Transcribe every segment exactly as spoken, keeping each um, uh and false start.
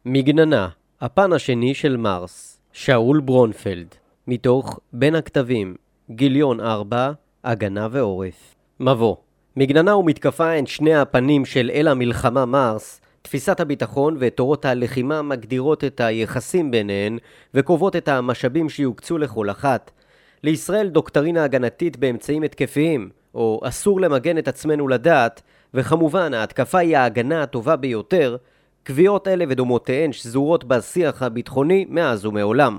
מגננה, הפן השני של מרס, שאול ברונפלד, מתוך בין הכתבים, גיליון ארבע, הגנה ועורף. מבוא. מגננה ומתקפה הן שני הפנים של אל המלחמה מרס. תפיסת הביטחון ותורות הלחימה מגדירות את היחסים ביניהן וקובעות את המשאבים שיוקצו לכל אחת. לישראל דוקטרינה הגנתית באמצעים התקפיים, או אסור למגן את עצמנו לדעת, וכמובן ההתקפה היא ההגנה הטובה ביותר. קביעות אלה ודומותיהן שזורות בשיח הביטחוני מאז ומעולם.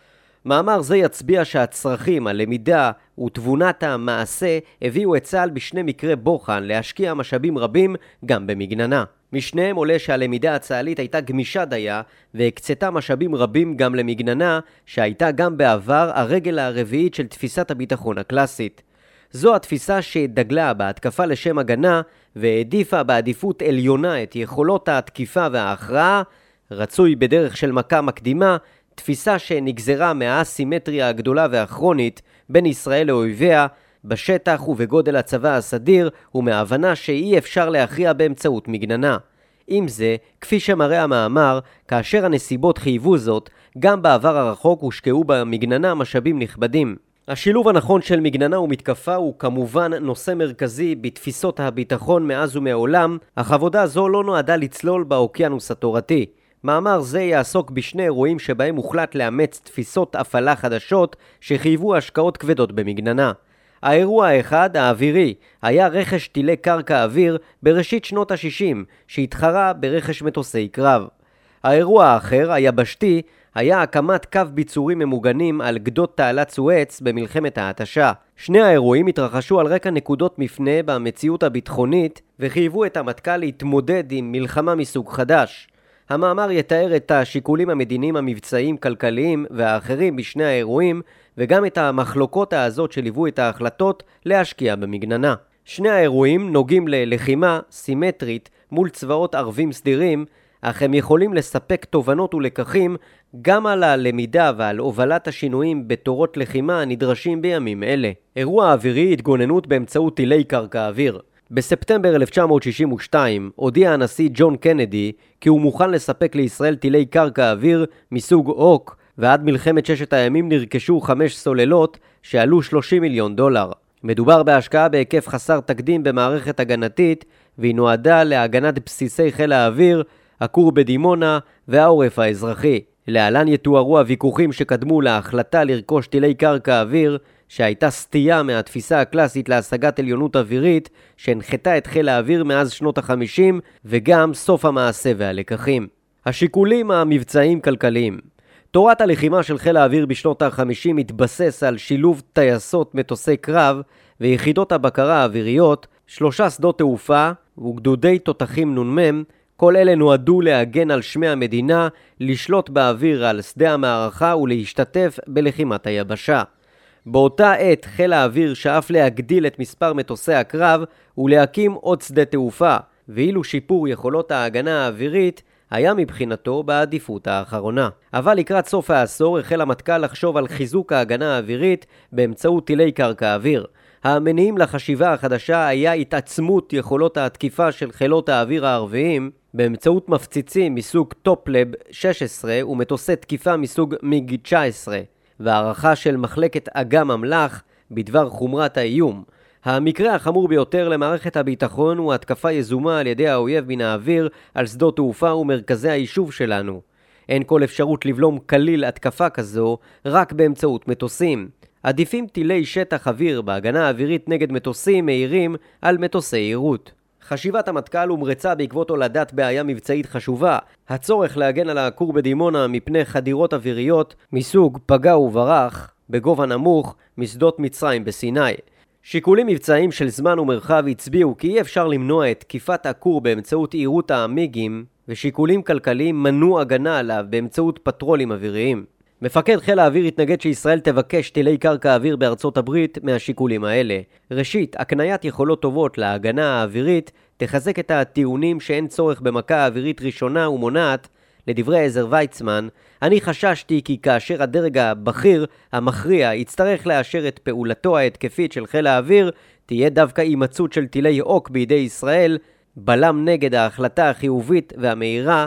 מאמר זה יצביע שהצרכים, הלמידה ותבונת המעשה הביאו את צה"ל בשני מקרי בוחן להשקיע משאבים רבים גם במגננה. משניהם עולה שהלמידה הצה"לית הייתה גמישה דייה והקצתה משאבים רבים גם למגננה שהייתה גם בעבר הרגל הרביעית של תפיסת הביטחון הקלאסית. זו התפיסה שדגלה בהתקפה לשם הגנה והעדיפה בעדיפות עליונה את יכולות התקיפה וההכרעה, רצוי בדרך של מכה מקדימה, תפיסה שנגזרה מהאסימטריה הגדולה והכרונית בין ישראל לאויביה בשטח ובגודל הצבא הסדיר ומההבנה שאי אפשר להכריע באמצעות מגננה. עם זה, כפי שמראה המאמר, כאשר הנסיבות חייבו זאת, גם בעבר הרחוק הושקעו במגננה משאבים נכבדים. השילוב הנכון של מגננה ומתקפה הוא כמובן נושא מרכזי בתפיסות הביטחון מאז ומעולם, אך עבודה זו לא נועדה לצלול באוקיינוס התורתי. מאמר זה יעסוק בשני אירועים שבהם הוחלט לאמץ תפיסות הפעלה חדשות שחייבו השקעות כבדות במגננה. האירוע האחד, האווירי, היה רכש טילי קרקע אוויר בראשית שנות ה-שישים, שהתחרה ברכש מטוסי קרב. האירוע האחר, היבשתי, היה הקמת קו ביצורים ממוגנים על גדות תעלת סואץ במלחמת ההתשה. שני האירועים התרחשו על רקע נקודות מפנה במציאות הביטחונית וחייבו את המטכ"ל להתמודד עם מלחמה מסוג חדש. המאמר יתאר את השיקולים המדיניים המבצעיים כלכליים והאחרים בשני האירועים וגם את המחלוקות הזאת שליוו את ההחלטות להשקיע במגננה. שני האירועים נוגעים ללחימה סימטרית מול צבאות ערבים סדירים, אך הם יכולים לספק תובנות ולקחים גם על הלמידה ועל הובלת השינויים בתורות לחימה הנדרשים בימים אלה. אירוע אווירי, התגוננות באמצעות טילי קרקע אוויר. בספטמבר אלף תשע מאות שישים ושתיים הודיע הנשיא ג'ון קנדי כי הוא מוכן לספק לישראל טילי קרקע אוויר מסוג אוק, ועד מלחמת ששת הימים נרכשו חמש סוללות שעלו שלושים מיליון דולר. מדובר בהשקעה בהיקף חסר תקדים במערכת הגנתית, והיא נועדה להגנת בסיסי חיל האוויר, הכור בדימונה והעורף האזרחי. להלן יתוארו הוויכוחים שקדמו להחלטה לרכוש טילי קרקע אוויר, שהייתה סטייה מהתפיסה הקלאסית להשגת עליונות אווירית שהנחתה את חיל האוויר מאז שנות ה-חמישים וגם סוף המעשה והלקחים. השיקולים המבצעיים כלכליים. תורת הלחימה של חיל האוויר בשנות ה-חמישים התבסס על שילוב טייסות מטוסי קרב ויחידות הבקרה האוויריות, שלושה שדות תעופה וגדודי תותחים נ"מ. כל אלה נועדו להגן על שמי המדינה, לשלוט באוויר על שדה המערכה ולהשתתף בלחימת היבשה. באותה עת חיל האוויר שאף להגדיל את מספר מטוסי הקרב ולהקים עוד שדה תעופה, ואילו שיפור יכולות ההגנה האווירית היה מבחינתו בעדיפות האחרונה. אבל לקראת סוף העשור החל המטכ"ל לחשוב על חיזוק ההגנה האווירית באמצעות טילי קרקע אוויר. המניעים לחשיבה החדשה היה התעצמות יכולות התקיפה של חילות האוויר הערביים באמצעות מפציצים מסוג טופלב שש עשרה ומטוסי תקיפה מסוג מיג תשע עשרה, והערכה של מחלקת אגם אמל"ח בדבר חומרת האיום. המקרה החמור ביותר למערכת הביטחון הוא התקפה יזומה על ידי האויב מן האוויר על שדות תעופה ומרכזי היישוב שלנו. אין כל אפשרות לבלום כליל התקפה כזו רק באמצעות מטוסים. עדיפים טילי שטח אוויר בהגנה האווירית נגד מטוסים מהירים על מטוסי עירות. חשיבת המטכ"ל הומרצה בעקבות הולדת בעיה מבצעית חשובה, הצורך להגן על הכור בדימונה מפני חדירות אוויריות מסוג פגע וברח בגובה נמוך משדות מצרים בסיני. שיקולים מבצעיים של זמן ומרחב הצביעו כי אי אפשר למנוע את תקיפת הכור באמצעות עירות המיגים, ושיקולים כלכליים מנעו הגנה עליו באמצעות פטרולים אוויריים. מפקד חיל האוויר התנגד שישראל תבקש טילי קרקע אוויר בארצות הברית מהשיקולים האלה. ראשית, הקניית יכולות טובות להגנה האווירית תחזק את הטיעונים שאין צורך במכה אווירית ראשונה ומונעת. לדברי עזר ויצמן, אני חששתי כי כאשר הדרג הבכיר המכריע יצטרך לאשר את פעולתו ההתקפית של חיל האוויר, תהיה דווקא הימצאות של טילי אוק בידי ישראל בלם נגד ההחלטה החיובית והמהירה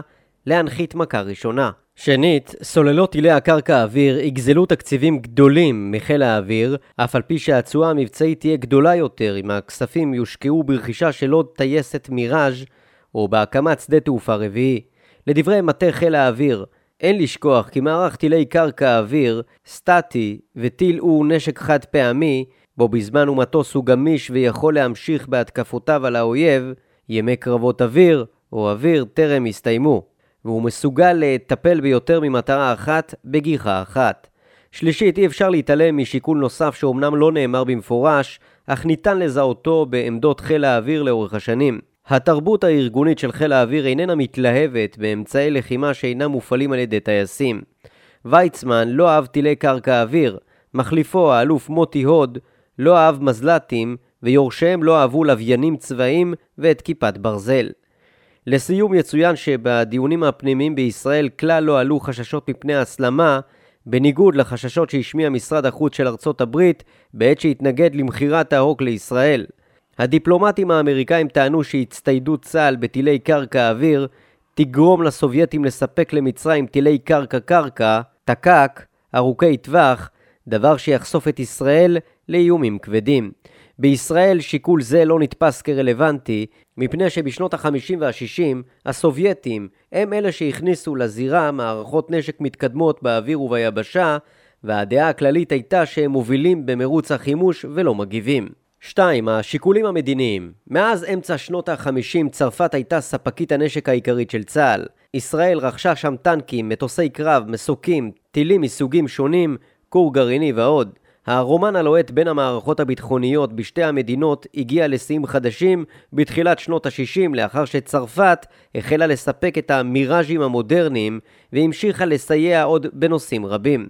להנחית מכה ראשונה. שנית, סוללות טילי הקרקע האוויר יגזלו תקציבים גדולים מחיל האוויר, אף על פי שהתשואה המבצעית תהיה גדולה יותר אם הכספים יושקעו ברכישה של עוד טייסת מיראז' או בהקמת שדה תעופה רביעי. לדברי מטה חיל האוויר, אין לשכוח כי מערך טילי קרקע האוויר, סטטי וטיל הוא נשק חד פעמי, בו בזמן ומטוס הוא גמיש ויכול להמשיך בהתקפותיו על האויב, ימי קרבות אוויר או אוויר טרם הסתיימו, והוא מסוגל לטפל ביותר ממטרה אחת בגיחה אחת. שלישית, אי אפשר להתעלם משיקול נוסף שאומנם לא נאמר במפורש, אך ניתן לזהותו בעמדות חיל האוויר לאורך השנים. התרבות הארגונית של חיל האוויר איננה מתלהבת באמצעי לחימה שאינם מופעלים על ידי טייסים. ויצמן לא אהב טילי קרקע אוויר, מחליפו האלוף מוטי הוד לא אהב מזל"טים, ויורשיהם לא אהבו לוויינים צבאיים ואת כיפת ברזל. לסיום יצוין שבדיונים הפנימיים בישראל כלל לא עלו חששות מפני הסלמה, בניגוד לחששות שהשמיע משרד החוץ של ארצות הברית בעת שהתנגד למחירת ההוק לישראל. הדיפלומטים האמריקאים טענו שהצטיידות צה"ל בטילי קרקע אוויר תגרום לסובייטים לספק למצרים טילי קרקע-קרקע, תקק, ארוכי טווח, דבר שיחשוף את ישראל לאיומים כבדים. בישראל שיקול זה לא נתפס כרלוונטי, מפני שבשנות ה-חמישים וה-שישים הסובייטים הם אלה שהכניסו לזירה מערכות נשק מתקדמות באוויר וביבשה, והדעה הכללית הייתה שהם מובילים במרוץ החימוש ולא מגיבים. שתיים. השיקולים המדיניים. מאז אמצע שנות ה-חמישים צרפת הייתה ספקית הנשק העיקרית של צה"ל. ישראל רכשה שם טנקים, מטוסי קרב, מסוקים, טילים מסוגים שונים, כור גרעיני ועוד. הרומן הלוהט בין המערכות הביטחוניות בשתי המדינות הגיע לשיאים חדשים בתחילת שנות ה-שישים, לאחר שצרפת החלה לספק את המיראז'ים המודרניים והמשיכה לסייע עוד בנושאים רבים.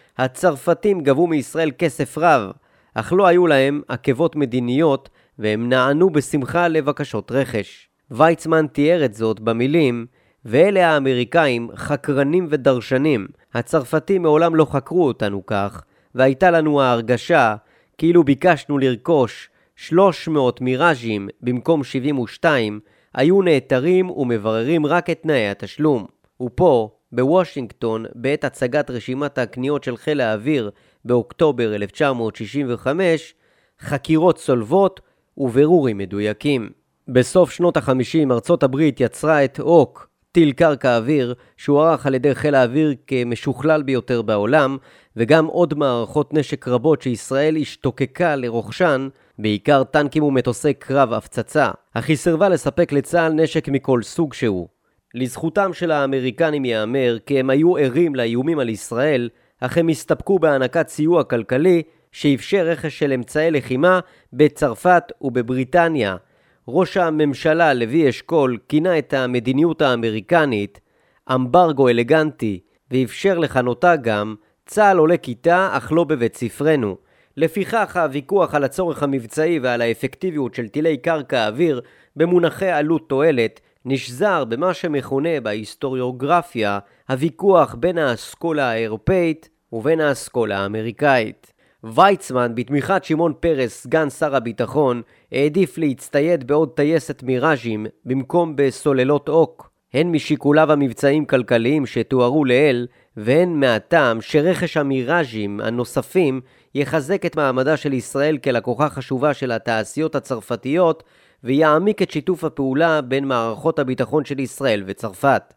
הצרפתים גבו מישראל כסף רב, אך לא היו להם עקבות מדיניות והם נענו בשמחה לבקשות רכש. ויצמן תיאר את זאת במילים, ואלה האמריקאים חקרנים ודרשנים, הצרפתים מעולם לא חקרו אותנו כך, והייתה לנו ההרגשה כאילו ביקשנו לרכוש שלוש מאות מיראז'ים במקום שבעים ושתיים, היו נעתרים ומבררים רק את תנאי התשלום. ופה, בוושינגטון, בעת הצגת רשימת הקניות של חיל האוויר באוקטובר אלף תשע מאות שישים וחמש, חקירות צולבות ובירורים מדויקים. בסוף שנות ה-חמישים ארצות הברית יצרה את הוק, טיל קרקע אוויר, שהוערך על ידי חיל האוויר כמשוכלל ביותר בעולם, וגם עוד מערכות נשק רבות שישראל השתוקקה לרוכשן, בעיקר טנקים ומטוסי קרב הפצצה, אך היא סירבה לספק לצה"ל נשק מכל סוג שהוא. לזכותם של האמריקנים יאמר כי הם היו ערים לאיומים על ישראל, אך הם הסתפקו בהענקת סיוע כלכלי שאפשר רכש של אמצעי לחימה בצרפת ובבריטניה. ראש הממשלה לוי אשכול כינה את המדיניות האמריקנית אמברגו אלגנטי, ואפשר לכנותה גם צה"ל עולה כיתה אך לא בבית ספרנו. לפיכך הוויכוח על הצורך המבצעי ועל האפקטיביות של טילי קרקע אוויר במונחי עלות תועלת נשזר במה שמכונה בהיסטוריוגרפיה הוויכוח בין האסכולה האירופאית ובין האסכולה האמריקאית. ויצמן בתמיכת שמעון פרס, סגן שר הביטחון, העדיף להצטייד בעוד טייסת מיראז'ים במקום בסוללות הוק, הן משיקוליו המבצעים כלכליים שתוארו לעיל, והן מהטעם שרכש המיראז'ים הנוספים יחזק את מעמדה של ישראל כלקוחה חשובה של התעשיות הצרפתיות, ויעמיק את שיתוף הפעולה בין מערכות הביטחון של ישראל וצרפת.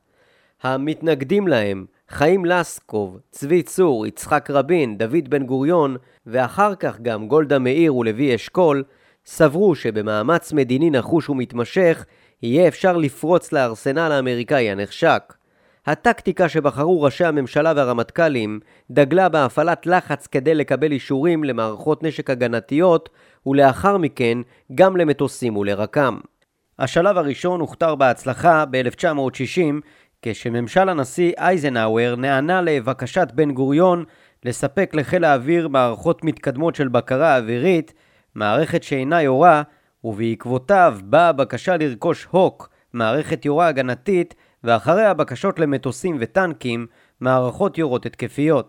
המתנגדים להם, חיים לסקוב, צבי צור, יצחק רבין, דוד בן גוריון, ואחר כך גם גולדה מאיר ולוי אשכול, סברו שבמאמץ מדיני נחוש ומתמשך, יהיה אפשר לפרוץ לארסנל האמריקאי הנחשק. הטקטיקה שבחרו ראשי הממשלה והרמטכ"לים דגלה בהפעלת לחץ כדי לקבל אישורים למערכות נשק הגנתיות, ולאחר מכן גם למטוסים ולרקם. השלב הראשון הוכתר בהצלחה ב-אלף תשע מאות שישים, כשממשל הנשיא אייזנהאואר נענה לבקשת בן גוריון לספק לחיל האוויר מערכות מתקדמות של בקרה אווירית, מערכת שאינה יורה, ובעקבותיו באה בקשה לרכוש הוק, מערכת יורה הגנתית, ואחרי הבקשות למטוסים וטנקים, מערכות יורות התקפיות.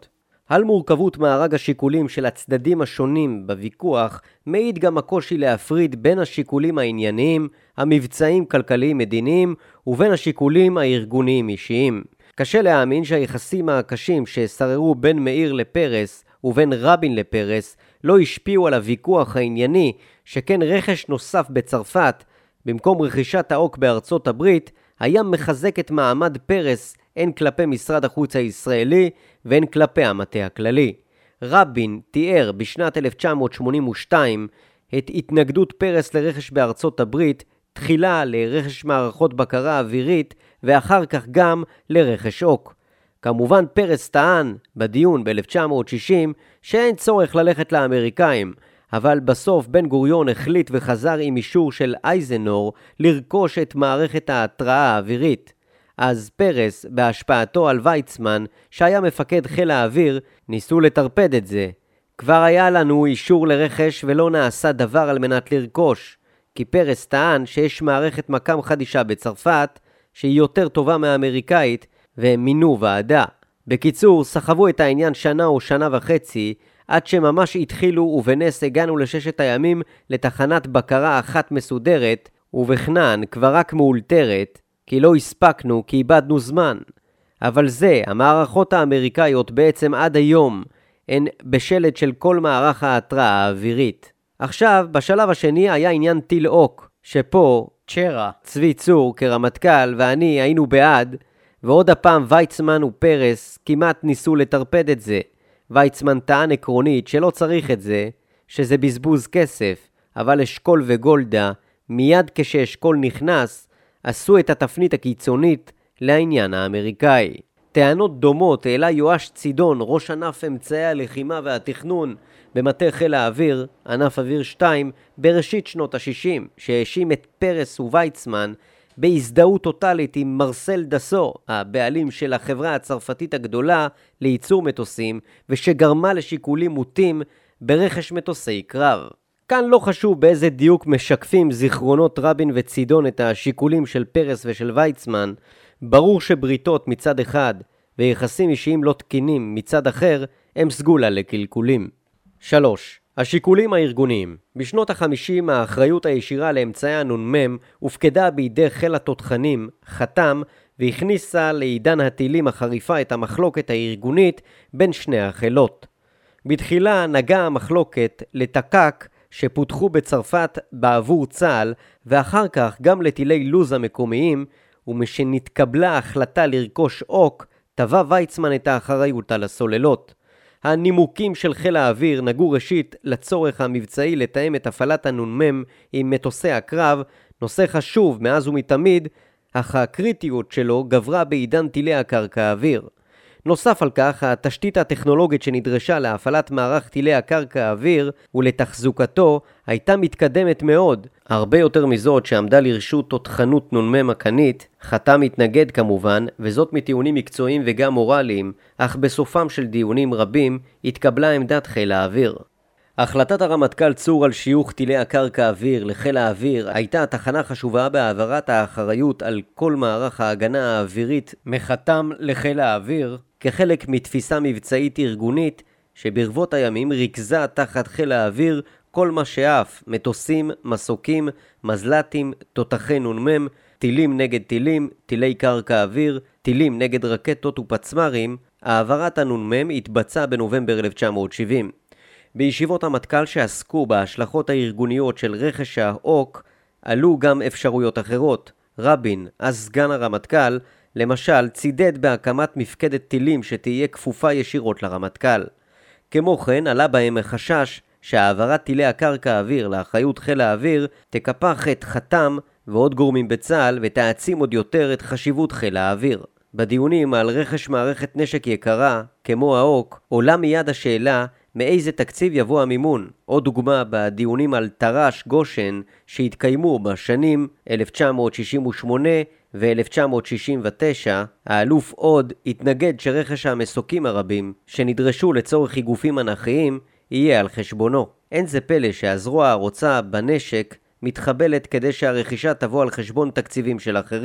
על מורכבות מארג השיקולים של הצדדים השונים בוויכוח מעיד גם הקושי להפריד בין השיקולים הענייניים, המבצעיים כלכליים מדיניים ובין השיקולים הארגוניים אישיים. קשה להאמין שהיחסים הקשים ששררו בין מאיר לפרס ובין רבין לפרס לא השפיעו על הוויכוח הענייני, שכן רכש נוסף בצרפת במקום רכישת העוק בארצות הברית היה מחזק את מעמד פרס הן כלפי משרד החוץ הישראלי והן כלפי המטה הכללי. רבין תיאר בשנת אלף תשע מאות שמונים ושתיים את התנגדות פרס לרכש בארצות הברית, תחילה לרכש מערכות בקרה אווירית ואחר כך גם לרכש עוק. כמובן פרס טען בדיון ב-אלף תשע מאות שישים שאין צורך ללכת לאמריקאים, אבל בסוף בן גוריון החליט וחזר עם אישור של אייזנהאואר לרכוש את מערכת ההתראה האווירית. אז פרס, בהשפעתו על ויצמן, שהיה מפקד חיל האוויר, ניסו לטרפד את זה. כבר היה לנו אישור לרכש ולא נעשה דבר על מנת לרכוש, כי פרס טען שיש מערכת מקם חדישה בצרפת, שהיא יותר טובה מהאמריקאית, והם מינו ועדה. בקיצור, סחבו את העניין שנה או שנה וחצי, עד שממש התחילו ובנס הגענו לששת הימים לתחנת בקרה אחת מסודרת, ובכנען כבר רק מאולתרת, כי לא הספקנו, כי איבדנו זמן. אבל זה, המערכות האמריקאיות בעצם עד היום, הן בשלט של כל מערך ההתראה האווירית. עכשיו, בשלב השני היה עניין טיל עוק, שפה צ'רה, צבי צור כרמטכ"ל ואני היינו בעד, ועוד הפעם ויצמן ופרס כמעט ניסו לטרפד את זה. ויצמן טען עקרונית שלא צריך את זה, שזה בזבוז כסף, אבל אשכול וגולדה, מיד כשאשכול נכנס, עשו את התפנית הקיצונית לעניין האמריקאי. טענות דומות העלה יואש צידון, ראש ענף אמצעי הלחימה והתכנון במטה חיל האוויר, ענף אוויר שתיים, בראשית שנות ה-שישים, שהאשים את פרס וויצמן בהזדהות טוטלית עם מרסל דסו, הבעלים של החברה הצרפתית הגדולה לייצור מטוסים, ושגרמה לשיקולים מוטים ברכש מטוסי קרב. כאן לא חשוב באיזה דיוק משקפים זיכרונות רבין וצידון את השיקולים של פרס ושל ויצמן, ברור שבריתות מצד אחד ויחסים אישיים לא תקינים מצד אחר הם סגולה לקלקולים. שלוש. השיקולים הארגוניים. בשנות ה-חמישים האחריות הישירה לאמצעי הנ"מ הופקדה בידי חיל התותחנים, חתם, והכניסה לעידן הטילים החריפה את המחלוקת הארגונית בין שני החילות. בתחילה נגעה המחלוקת לתקק שפותחו בצרפת בעבור צה"ל, ואחר כך גם לטילי לוז המקומיים, ומשנתקבלה החלטה לרכוש עוק, טבע ויצמן את האחריות על הסוללות. הנימוקים של חיל האוויר נגעו ראשית לצורך המבצעי לתאם את הפעלת הנ"מ עם מטוסי הקרב, נושא חשוב מאז ומתמיד, אך הקריטיות שלו גברה בעידן טילי הקרקע האוויר. נוסף על כך, התשתית הטכנולוגית שנדרשה להפעלת מערך טילי הקרקע האוויר ולתחזוקתו הייתה מתקדמת מאוד, הרבה יותר מזאת שעמדה לרשות תותחנות נ"מ מקנית. חתם התנגד כמובן, וזאת מטיעונים מקצועיים וגם מורליים, אך בסופם של דיונים רבים התקבלה עמדת חיל האוויר. החלטת הרמטכ"ל צור על שיוך טילי הקרקע האוויר לחיל האוויר הייתה תחנה חשובה בהעברת האחריות על כל מערך ההגנה האווירית מחתם לחיל האוויר, כחלק מתפיסה מבצעית ארגונית שברבות הימים ריכזה תחת חיל האוויר כל מה שאף, מטוסים, מסוקים, מזל"טים, תותחי נ"מ, טילים נגד טילים, טילי קרקע אוויר, טילים נגד רקטות ופצמ"רים. העברת הנ"מ התבצעה בנובמבר אלף תשע מאות שבעים. בישיבות המטכ"ל שעסקו בהשלכות הארגוניות של רכש העוק עלו גם אפשרויות אחרות. רבין, אז סגן הרמטכ"ל, למשל צידד בהקמת מפקדת טילים שתהיה כפופה ישירות לרמטכ"ל. כמו כן עלה בהם החשש שהעברת טילי הקרקע האוויר לאחריות חיל האוויר תקפח את חתם ועוד גורמים בצה"ל ותעצים עוד יותר את חשיבות חיל האוויר. בדיונים על רכש מערכת נשק יקרה, כמו העוק, עולה מיד השאלה מאיזה תקציב יבוא המימון. עוד דוגמה בדיונים על תר"ש גושן שהתקיימו בשנים אלף תשע מאות שישים ושמונה ו-אלף תשע מאות שישים ותשע, האלוף עוד התנגד שרכש המסוקים הרבים שנדרשו לצורך היגופים אנכיים יהיה על חשבונו. אין זה פלא שהזרוע הרוצה בנשק מתחבלת כדי שהרכישה תבוא על חשבון תקציבים של אחרים.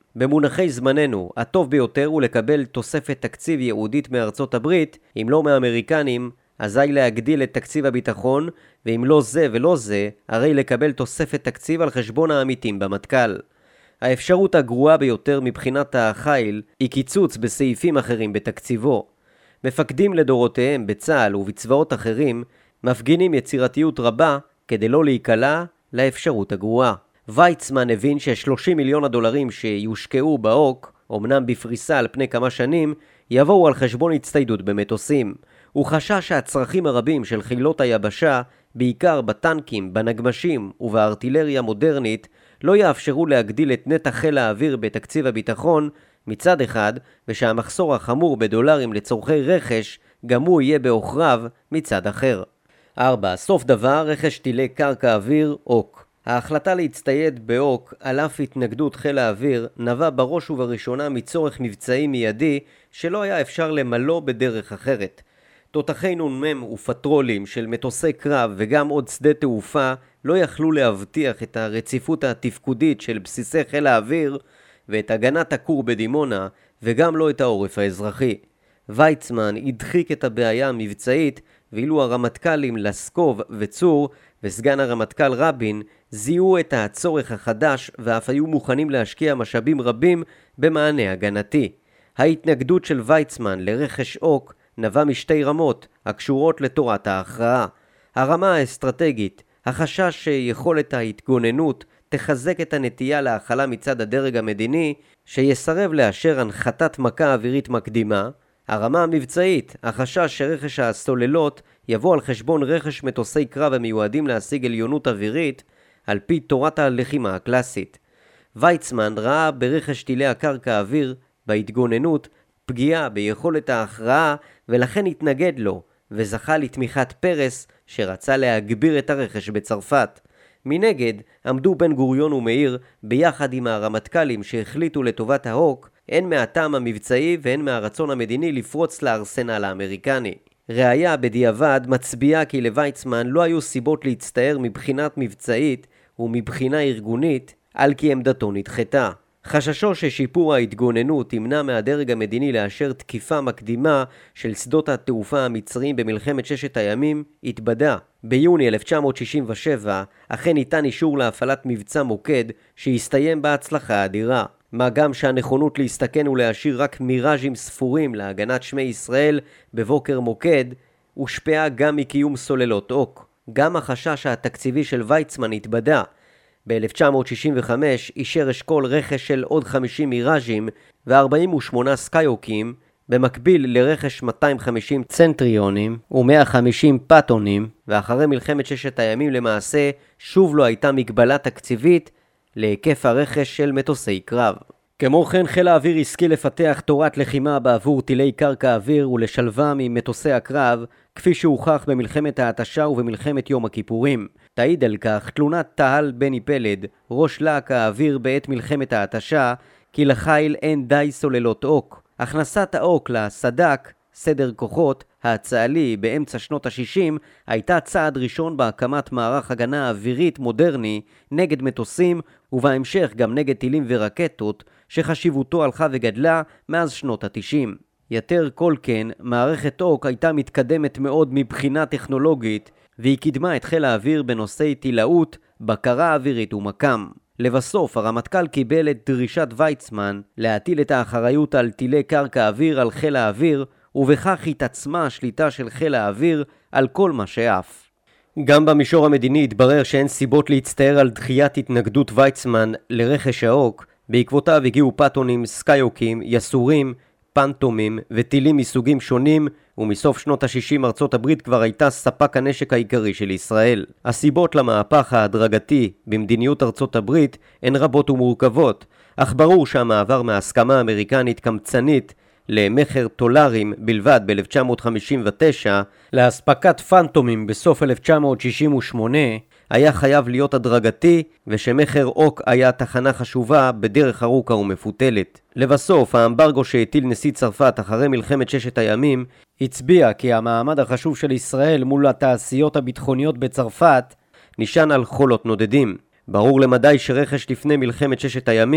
במונחי זמננו, הטוב ביותר הוא לקבל תוספת תקציב ייעודית מארצות הברית, אם לא מהאמריקנים, אזי להגדיל את תקציב הביטחון, ואם לא זה ולא זה, הרי לקבל תוספת תקציב על חשבון העמיתים במטכ"ל. האפשרות הגרועה ביותר מבחינת החיל היא קיצוץ בסעיפים אחרים בתקציבו. מפקדים לדורותיהם בצה"ל ובצבאות אחרים מפגינים יצירתיות רבה כדי לא להיקלע לאפשרות הגרועה. ויצמן הבין ש-שלושים מיליון הדולרים שיושקעו באוק, אמנם בפריסה על פני כמה שנים, יבואו על חשבון הצטיידות במטוסים. הוא חשש שהצרכים הרבים של חילות היבשה, בעיקר בטנקים, בנגמשים ובארטילריה מודרנית, לא יאפשרו להגדיל את נתח חיל האוויר בתקציב הביטחון מצד אחד, ושהמחסור החמור בדולרים לצורכי רכש גם הוא יהיה באוכריו מצד אחר. ארבע. סוף דבר, רכש טילי קרקע אוויר, אוק. ההחלטה להצטייד באוק על אף התנגדות חיל האוויר נבע בראש ובראשונה מצורך מבצעי מיידי שלא היה אפשר למלוא בדרך אחרת. תותחי נ"מ ופטרולים של מטוסי קרב וגם עוד שדה תעופה לא יכלו להבטיח את הרציפות התפקודית של בסיסי חיל האוויר ואת הגנת הכור בדימונה וגם לא את העורף האזרחי. ויצמן הדחיק את הבעיה המבצעית, ואילו הרמטכ"לים לסקוב וצור וסגן הרמטכ"ל רבין זיהו את הצורך החדש ואף היו מוכנים להשקיע משאבים רבים במענה הגנתי. ההתנגדות של ויצמן לרכש אוק נבע משתי רמות הקשורות לתורת ההכרעה. הרמה האסטרטגית, החשש שיכולת ההתגוננות תחזק את הנטייה להכלה מצד הדרג המדיני שיסרב לאשר הנחתת מכה אווירית מקדימה. הרמה המבצעית, החשש שרכש הסוללות יבוא על חשבון רכש מטוסי קרב המיועדים להשיג עליונות אווירית על פי תורת הלחימה הקלאסית. ויצמן ראה ברכש טילי הקרקע האוויר בהתגוננות פגיעה ביכולת ההכרעה ולכן התנגד לו וזכה לתמיכת פרס שרצה להגביר את הרכש בצרפת. מנגד עמדו בן גוריון ומאיר ביחד עם הרמטכ"לים שהחליטו לטובת ההוק הן מהטעם המבצעי והן מהרצון המדיני לפרוץ לארסנל האמריקני. ראיה בדיעבד מצביעה כי לויצמן לא היו סיבות להצטער מבחינת מבצעית ומבחינה ארגונית על כי עמדתו נדחתה. חששו ששיפור ההתגוננות ימנע מהדרג המדיני לאשר תקיפה מקדימה של שדות התעופה המצריים במלחמת ששת הימים התבדה. ביוני אלף תשע מאות שישים ושבע אכן ניתן אישור להפעלת מבצע מוקד שהסתיים בהצלחה אדירה. מה גם שהנכונות להסתכן ולהשאיר רק מיראז'ים ספורים להגנת שמי ישראל בבוקר מוקד הושפעה גם מקיום סוללות אוק. גם החשש התקציבי של ויצמן התבדה. ב-אלף תשע מאות שישים וחמש אישר אשכול רכש של עוד חמישים מיראז'ים ו-ארבעים ושמונה סקאיוקים במקביל לרכש מאתיים וחמישים צנטריונים ו-מאה וחמישים פאטונים, ואחרי מלחמת ששת הימים למעשה שוב לא הייתה מגבלה תקציבית להיקף הרכש של מטוסי קרב. כמו כן חיל האוויר השכיל לפתח תורת לחימה בעבור טילי קרקע אוויר ולשלבם עם מטוסי הקרב כפי שהוכח במלחמת ההתשה ובמלחמת יום הכיפורים. תעיד על כך תלונת תהל בני פלד, ראש להק האוויר בעת מלחמת ההתשה, כי לחיל אין די סוללות אוק. הכנסת האוק לסדק, סדר כוחות, הצה"לי באמצע שנות ה-שישים, הייתה צעד ראשון בהקמת מערך הגנה אווירית מודרני נגד מטוסים ובהמשך גם נגד טילים ורקטות, שחשיבותו הלכה וגדלה מאז שנות ה-תשעים. יותר כל כן, מערכת אוק הייתה מתקדמת מאוד מבחינה טכנולוגית, והיא קידמה את חיל האוויר בנושאי טילאות, בקרה אווירית ומקם. לבסוף, הרמטכ"ל קיבל את דרישת ויצמן להטיל את האחריות על טילי קרקע אוויר על חיל האוויר, ובכך התעצמה השליטה של חיל האוויר על כל מה שאף. גם במישור המדיני התברר שאין סיבות להצטער על דחיית התנגדות ויצמן לרכש האוק. בעקבותיו הגיעו פאטונים, סקאיוקים, יסורים, פנטומים וטילים מסוגים שונים, ומסוף שנות ה-שישים ארצות הברית כבר הייתה ספק הנשק העיקרי של ישראל. הסיבות למהפך ההדרגתי במדיניות ארצות הברית הן רבות ומורכבות, אך ברור שהמעבר מההסכמה האמריקנית קמצנית למחר טולרים בלבד ב-אלף תשע מאות חמישים ותשע להספקת פנטומים בסוף אלף תשע מאות שישים ושמונה היה חייב להיות הדרגתי, ושמחר אוק היה תחנה חשובה בדרך ארוכה ומפותלת. לבסוף, האמברגו שהטיל נשיא צרפת אחרי מלחמת ששת הימים הצביע כי המעמד החשוב של ישראל מול התעשיות הביטחוניות בצרפת נשען על חולות נודדים. ברור למדי שרכש לפני מלחמת ששת הימים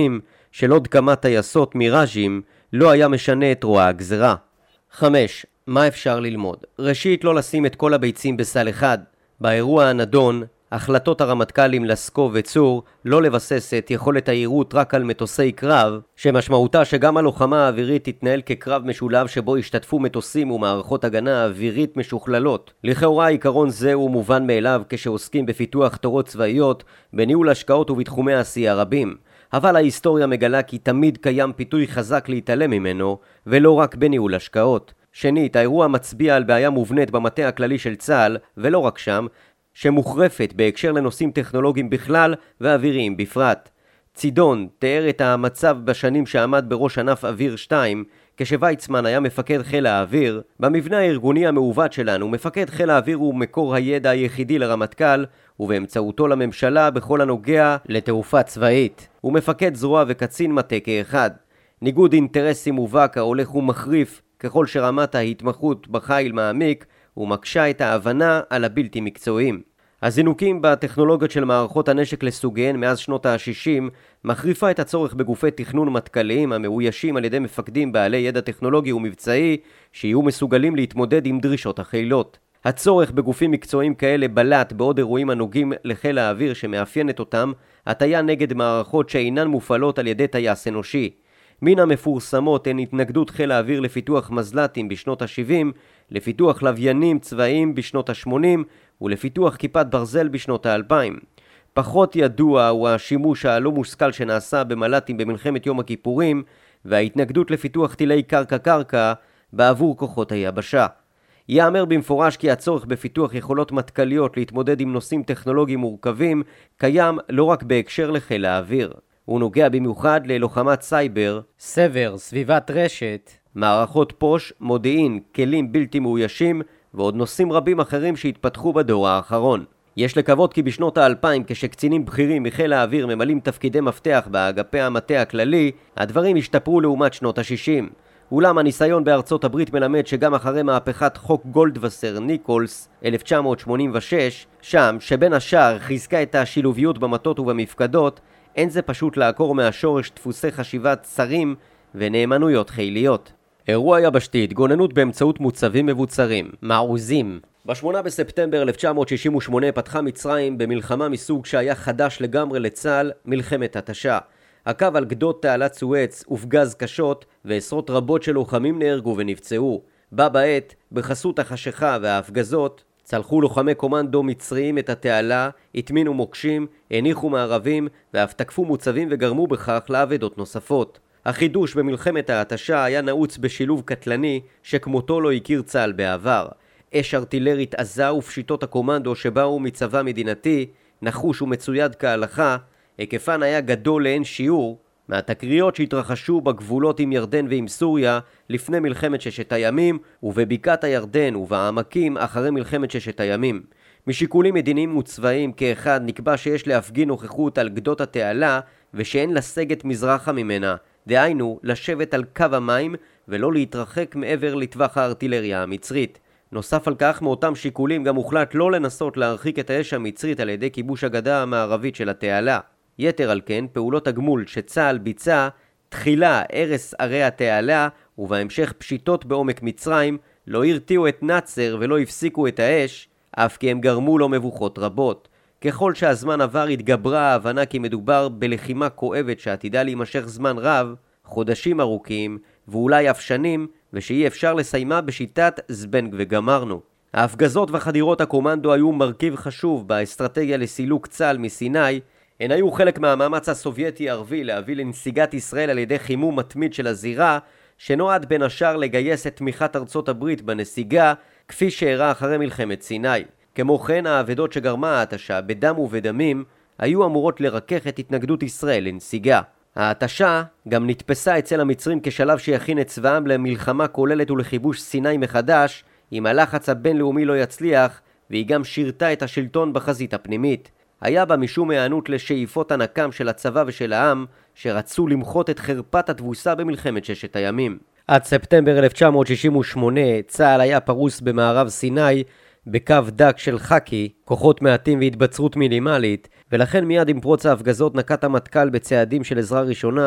של עוד כמה טייסות מיראז'ים לא היה משנה את רוע הגזרה. חמש. מה אפשר ללמוד? ראשית, לא לשים את כל הביצים בסל אחד. באירוע הנדון, החלטות הרמטכ"לים לסקוב וצור לא לבסס את יכולת העירות רק על מטוסי קרב, שמשמעותה שגם הלוחמה האווירית תתנהל כקרב משולב שבו השתתפו מטוסים ומערכות הגנה אווירית משוכללות. לכאורה עיקרון זה הוא מובן מאליו כשעוסקים בפיתוח תורות צבאיות, בניהול השקעות ובתחומי עשייה רבים. אבל ההיסטוריה מגלה כי תמיד קיים פיתוי חזק להתעלם ממנו, ולא רק בניהול השקעות. שנית, האירוע מצביע על בעיה מובנית במטה הכללי של צה"ל, ולא רק שם, שמוחרפת בהקשר לנושאים טכנולוגיים בכלל ואוויריים בפרט. צידון תיאר את המצב בשנים שעמד בראש ענף אוויר שתיים, כשוויצמן היה מפקד חיל האוויר. במבנה הארגוני המעוות שלנו, מפקד חיל האוויר הוא מקור הידע היחידי לרמטכ"ל, ובאמצעותו לממשלה בכל הנוגע לתעופה צבאית. הוא מפקד זרוע וקצין מטה כאחד. ניגוד אינטרסים מובהק ההולך ומחריף ככל שרמת ההתמחות בחיל מעמיק, ומקשה את ההבנה על הבלתי מקצועיים. הזינוקים בטכנולוגיות של מערכות הנשק לסוגיהן מאז שנות ה-שישים מחריפה את הצורך בגופי תכנון מטכ"ליים המאוישים על ידי מפקדים בעלי ידע טכנולוגי ומבצעי שיהיו מסוגלים להתמודד עם דרישות החילות. הצורך בגופים מקצועיים כאלה בלט בעוד אירועים הנוגעים לחיל האוויר שמאפיינת אותם הטיה נגד מערכות שאינן מופעלות על ידי טייס אנושי. מן המפורסמות הן התנגדות חיל האוויר לפיתוח מזל"טים בשנות ה-שבעים, לפיתוח לוויינים צבאיים בשנות ה-שמונים ולפיתוח כיפת ברזל בשנות ה-אלפיים. פחות ידוע הוא השימוש הלא מושכל שנעשה במל"טים במלחמת יום הכיפורים וההתנגדות לפיתוח טילי קרקע-קרקע בעבור כוחות היבשה. יאמר במפורש כי הצורך בפיתוח יכולות מטכ"ליות להתמודד עם נושאים טכנולוגיים מורכבים קיים לא רק בהקשר לחיל האוויר. הוא נוגע במיוחד ללוחמת סייבר, סבר, סביבת רשת, מערכות פוש, מודיעין, כלים בלתי מאוישים ועוד נושאים רבים אחרים שהתפתחו בדור האחרון. יש לקוות כי בשנות האלפיים כשקצינים בכירים מחיל האוויר ממלאים תפקידי מפתח באגפי המטה הכללי, הדברים השתפרו לעומת שנות ה-שישים. אולם הניסיון בארצות הברית מלמד שגם אחרי מהפכת חוק גולדווסר ניקולס אלף תשע מאות שמונים ושש, שם שבין השאר חיזקה את השילוביות במטות ובמפקדות, אין זה פשוט לעקור מהשורש דפוסי חשיבת צרים ונאמנויות חיליות. אירוע יבשתי, התגוננות באמצעות מוצבים מבוצרים, מעוזים. ב-שמונה בספטמבר אלף תשע מאות שישים ושמונה פתחה מצרים במלחמה מסוג שהיה חדש לגמרי לצה"ל, מלחמת התשה. הקו על גדות תעלת סואץ הופגז קשות ועשרות רבות של לוחמים נהרגו ונפצעו. בה בעת, בחסות החשיכה וההפגזות, צלחו לוחמי קומנדו מצריים את התעלה, התמינו מוקשים, הניחו מערבים ואף תקפו מוצבים וגרמו בכך לאבדות נוספות. החידוש במלחמת ההתשה היה נעוץ בשילוב קטלני שכמותו לא הכיר צה"ל בעבר. אש ארטילרית עזה ופשיטות הקומנדו שבאו מצבא מדינתי, נחוש ומצויד כהלכה, היקפן היה גדול לאין שיעור מהתקריות שהתרחשו בגבולות עם ירדן ועם סוריה לפני מלחמת ששת הימים ובבקעת הירדן ובעמקים אחרי מלחמת ששת הימים. משיקולים מדיניים וצבאיים כאחד נקבע שיש להפגין נוכחות על גדות התעלה ושאין לסגת מזרחה ממנה, דהיינו לשבת על קו המים ולא להתרחק מעבר לטווח הארטילריה המצרית. נוסף על כך, מאותם שיקולים גם הוחלט לא לנסות להרחיק את האש המצרית על ידי כיבוש הגדה המערבית של התעלה. יתר על כן, פעולות הגמול שצה"ל ביצע, תחילה הרס ערי התעלה ובהמשך פשיטות בעומק מצרים, לא הרתיעו את נאצר ולא הפסיקו את האש, אף כי הם גרמו לו מבוכות רבות. ככל שהזמן עבר התגברה ההבנה כי מדובר בלחימה כואבת שעתידה להימשך זמן רב, חודשים ארוכים ואולי אף שנים, ושאי אפשר לסיימה בשיטת זבנג וגמרנו. ההפגזות וחדירות הקומנדו היו מרכיב חשוב באסטרטגיה לסילוק צה"ל מסיני. הן היו חלק מהמאמץ הסובייטי ערבי להביא לנסיגת ישראל על ידי חימום מתמיד של הזירה, שנועד בין השאר לגייס את תמיכת ארצות הברית בנסיגה, כפי שאירע אחרי מלחמת סיני. כמו כן, האבדות שגרמה ההתשה בדם ובדמים היו אמורות לרכך את התנגדות ישראל לנסיגה. ההתשה גם נתפסה אצל המצרים כשלב שיכין את צבאם למלחמה כוללת ולכיבוש סיני מחדש, אם הלחץ הבינלאומי לא יצליח, והיא גם שירתה את השלטון בחזית הפנימית. היה בה משום הענות לשאיפות הנקם של הצבא ושל העם, שרצו למחות את חרפת התבוסה במלחמת ששת הימים. עד ספטמבר אלף תשע מאות שישים ושמונה צה"ל היה פרוס במערב סיני, בקו דק של חקי, כוחות מעטים והתבצרות מינימלית, ולכן מיד עם פרוץ ההפגזות נקט המטכ"ל בצעדים של עזרה ראשונה,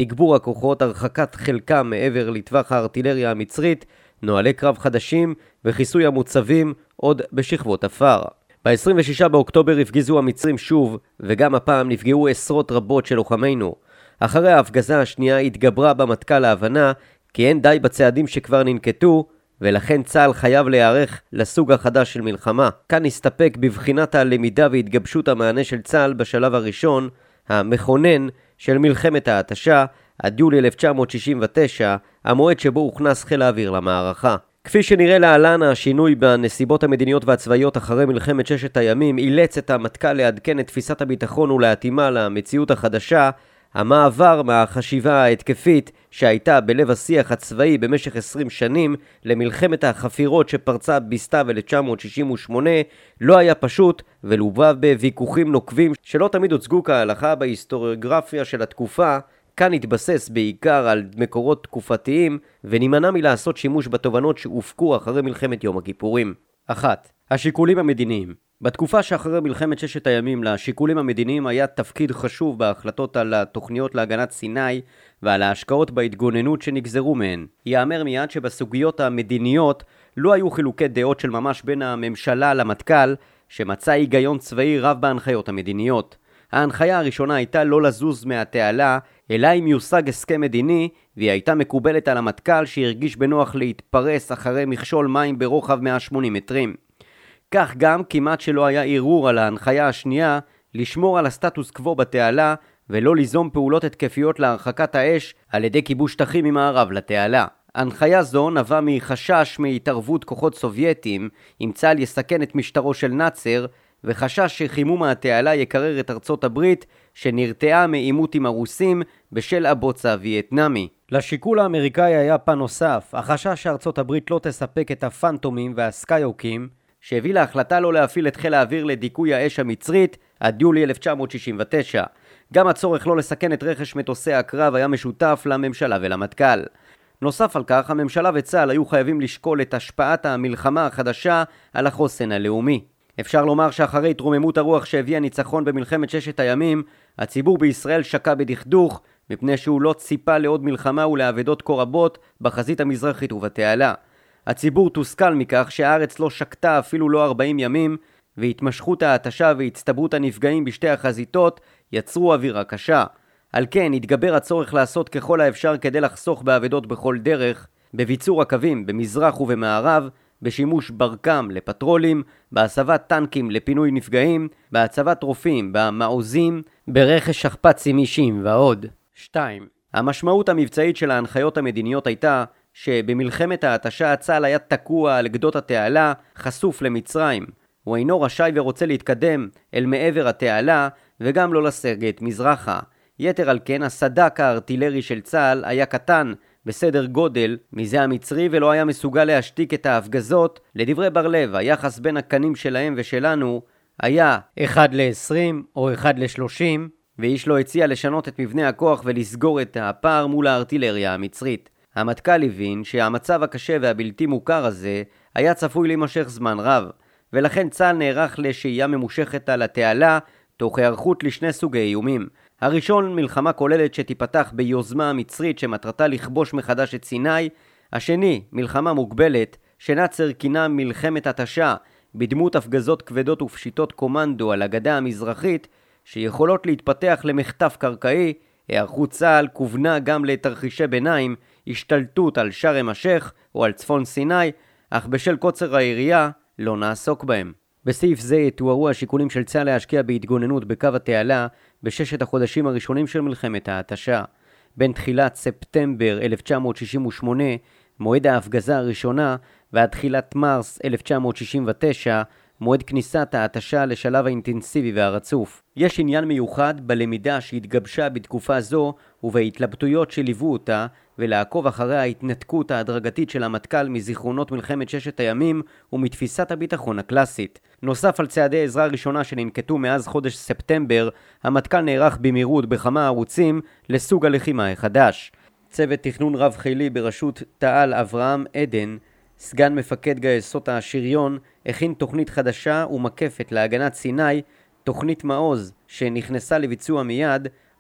תגבור הכוחות, הרחקת חלקם מעבר לטווח הארטילריה המצרית, נוהלי קרב חדשים וכיסוי המוצבים עוד בשכבות אפר. ב-עשרים ושישה באוקטובר הפגיזו המצרים שוב, וגם הפעם נפגעו עשרות רבות של לוחמינו. אחרי ההפגזה השנייה התגברה במטכ"ל ההבנה כי אין די בצעדים שכבר ננקטו, ולכן צה"ל חייב להיערך לסוג החדש של מלחמה. כאן נסתפק בבחינת הלמידה והתגבשות המענה של צה"ל בשלב הראשון, המכונן של מלחמת ההתשה, עד יולי אלף תשע מאות שישים ותשע, המועד שבו הוכנס חיל האוויר למערכה. כפי שנראה להלן, השינוי בנסיבות המדיניות והצבאיות אחרי מלחמת ששת הימים אילץ את המטכ"ל לעדכן את תפיסת הביטחון ולהתאימה למציאות החדשה. המעבר מהחשיבה ההתקפית שהייתה בלב השיח הצבאי במשך עשרים שנים למלחמת החפירות שפרצה בסתיו אלף תשע מאות שישים ושמונה לא היה פשוט, ולובב בוויכוחים נוקבים שלא תמיד הוצגו כהלכה בהיסטוריוגרפיה של התקופה. כאן התבסס בעיקר על מקורות תקופתיים ונימנע מלעשות שימוש בתובנות שהופקו אחרי מלחמת יום הכיפורים. אחת. השיקולים המדיניים. בתקופה שאחרי מלחמת ששת הימים לשיקולים המדיניים היה תפקיד חשוב בהחלטות על התוכניות להגנת סיני ועל ההשקעות בהתגוננות שנגזרו מהן. יאמר מיד שבסוגיות המדיניות לא היו חילוקי דעות של ממש בין הממשלה למטכ"ל, שמצא היגיון צבאי רב בהנחיות המדיניות. ההנחיה הראשונה הייתה לא לזוז מהתעלה, אלא אם יושג הסכם מדיני, והיא הייתה מקובלת על המטכ"ל שהרגיש בנוח להתפרס אחרי מכשול מים ברוחב מאה ושמונים מטרים. כך גם כמעט שלא היה ערעור על ההנחיה השנייה לשמור על הסטטוס קוו בתעלה ולא ליזום פעולות התקפיות להרחקת האש על ידי כיבוש שטחים ממערב לתעלה. הנחיה זו נבע מחשש מהתערבות כוחות סובייטים אם צה"ל יסכן את משטרו של נאצר, וחשש שחימום התעלה יקרר את ארצות הברית שנרתעה מעימות עם הרוסים בשל הבוץ הווייטנאמי. לשיקול האמריקאי היה פן נוסף, החשש שארצות הברית לא תספק את הפנטומים והסקייוקים, שהביא להחלטה לא להפעיל את חיל האוויר לדיכוי האש המצרית עד יולי אלף תשע מאות שישים ותשע. גם הצורך לא לסכן את רכש מטוסי הקרב היה משותף לממשלה ולמטכ"ל. נוסף על כך, הממשלה וצה"ל היו חייבים לשקול את השפעת המלחמה החדשה על החוסן הלאומי. אפשר לומר שאחרי התרוממות הרוח שהביאה ניצחון במלחמת ששת הימים, הציבור בישראל שקע בדכדוך, מפני שהוא לא ציפה לעוד מלחמה ולאבדות כה רבות בחזית המזרחית ובתעלה. הציבור תוסכל מכך שהארץ לא שקטה אפילו לא ארבעים ימים, והתמשכות ההתשה והצטברות הנפגעים בשתי החזיתות יצרו אווירה קשה. על כן התגבר הצורך לעשות ככל האפשר כדי לחסוך באבדות בכל דרך, בביצור הקווים במזרח ובמערב, בשימוש ברקם לפטרולים, בהסבת טנקים לפינוי נפגעים, בהצבת רופאים, במעוזים, ברכש שכפ"צים אישיים ועוד. שתיים. המשמעות המבצעית של ההנחיות המדיניות הייתה שבמלחמת ההתשה צה"ל היה תקוע על גדות התעלה, חשוף למצרים. הוא אינו רשאי ורוצה להתקדם אל מעבר התעלה וגם לא לסגת מזרחה. יתר על כן, הסדק הארטילרי של צה"ל היה קטן בסדר גודל מזה המצרי ולא היה מסוגל להשתיק את ההפגזות. לדברי בר לב, היחס בין הקנים שלהם ושלנו היה אחד ל-עשרים או אחד ל-שלושים, ואיש לא הציע לשנות את מבנה הכוח ולסגור את הפער מול הארטילריה המצרית. המטכ"ל הבין שהמצב הקשה והבלתי מוכר הזה היה צפוי להימשך זמן רב, ולכן צה"ל נערך לשהייה ממושכת על התעלה תוך היערכות לשני סוגי איומים. הראשון, מלחמה כוללת שתיפתח ביוזמה המצרית שמטרתה לכבוש מחדש את סיני. השני, מלחמה מוגבלת שנאצר כינה מלחמת התשה, בדמות הפגזות כבדות ופשיטות קומנדו על הגדה המזרחית שיכולות להתפתח למחטף קרקעי. היערכות צה"ל כוונה גם לתרחישי ביניים, השתלטות על שארם א-שייח או על צפון סיני, אך בשל קוצר היריעה לא נעסוק בהם. בסעיף זה יתוארו השיקולים של צה"ל להשקיע בהתגוננות בקו התעלה בששת החודשים הראשונים של מלחמת ההתשה. בין תחילת ספטמבר אלף תשע מאות שישים ושמונה, מועד ההפגזה הראשונה, ועד תחילת מרס אלף תשע מאות שישים ותשע, מועד כניסת ההתשה לשלב האינטנסיבי והרצוף. יש עניין מיוחד בלמידה שהתגבשה בתקופה זו ובהתלבטויות שליוו אותה, ולעקוב אחרי ההתנתקות ההדרגתית של המטכ"ל מזיכרונות מלחמת ששת הימים ומתפיסת הביטחון הקלאסית. נוסף על צעדי עזרה ראשונה שננקטו מאז חודש ספטמבר, המטכ"ל נערך במהירות בכמה ערוצים לסוג הלחימה החדש. צוות תכנון רב חילי בראשות תעל אברהם עדן, סגן מפקד גייסות השריון, הכין תוכנית חדשה ומקפת להגנת סיני, תוכנית מעוז שנכנסה לביצוע מיד,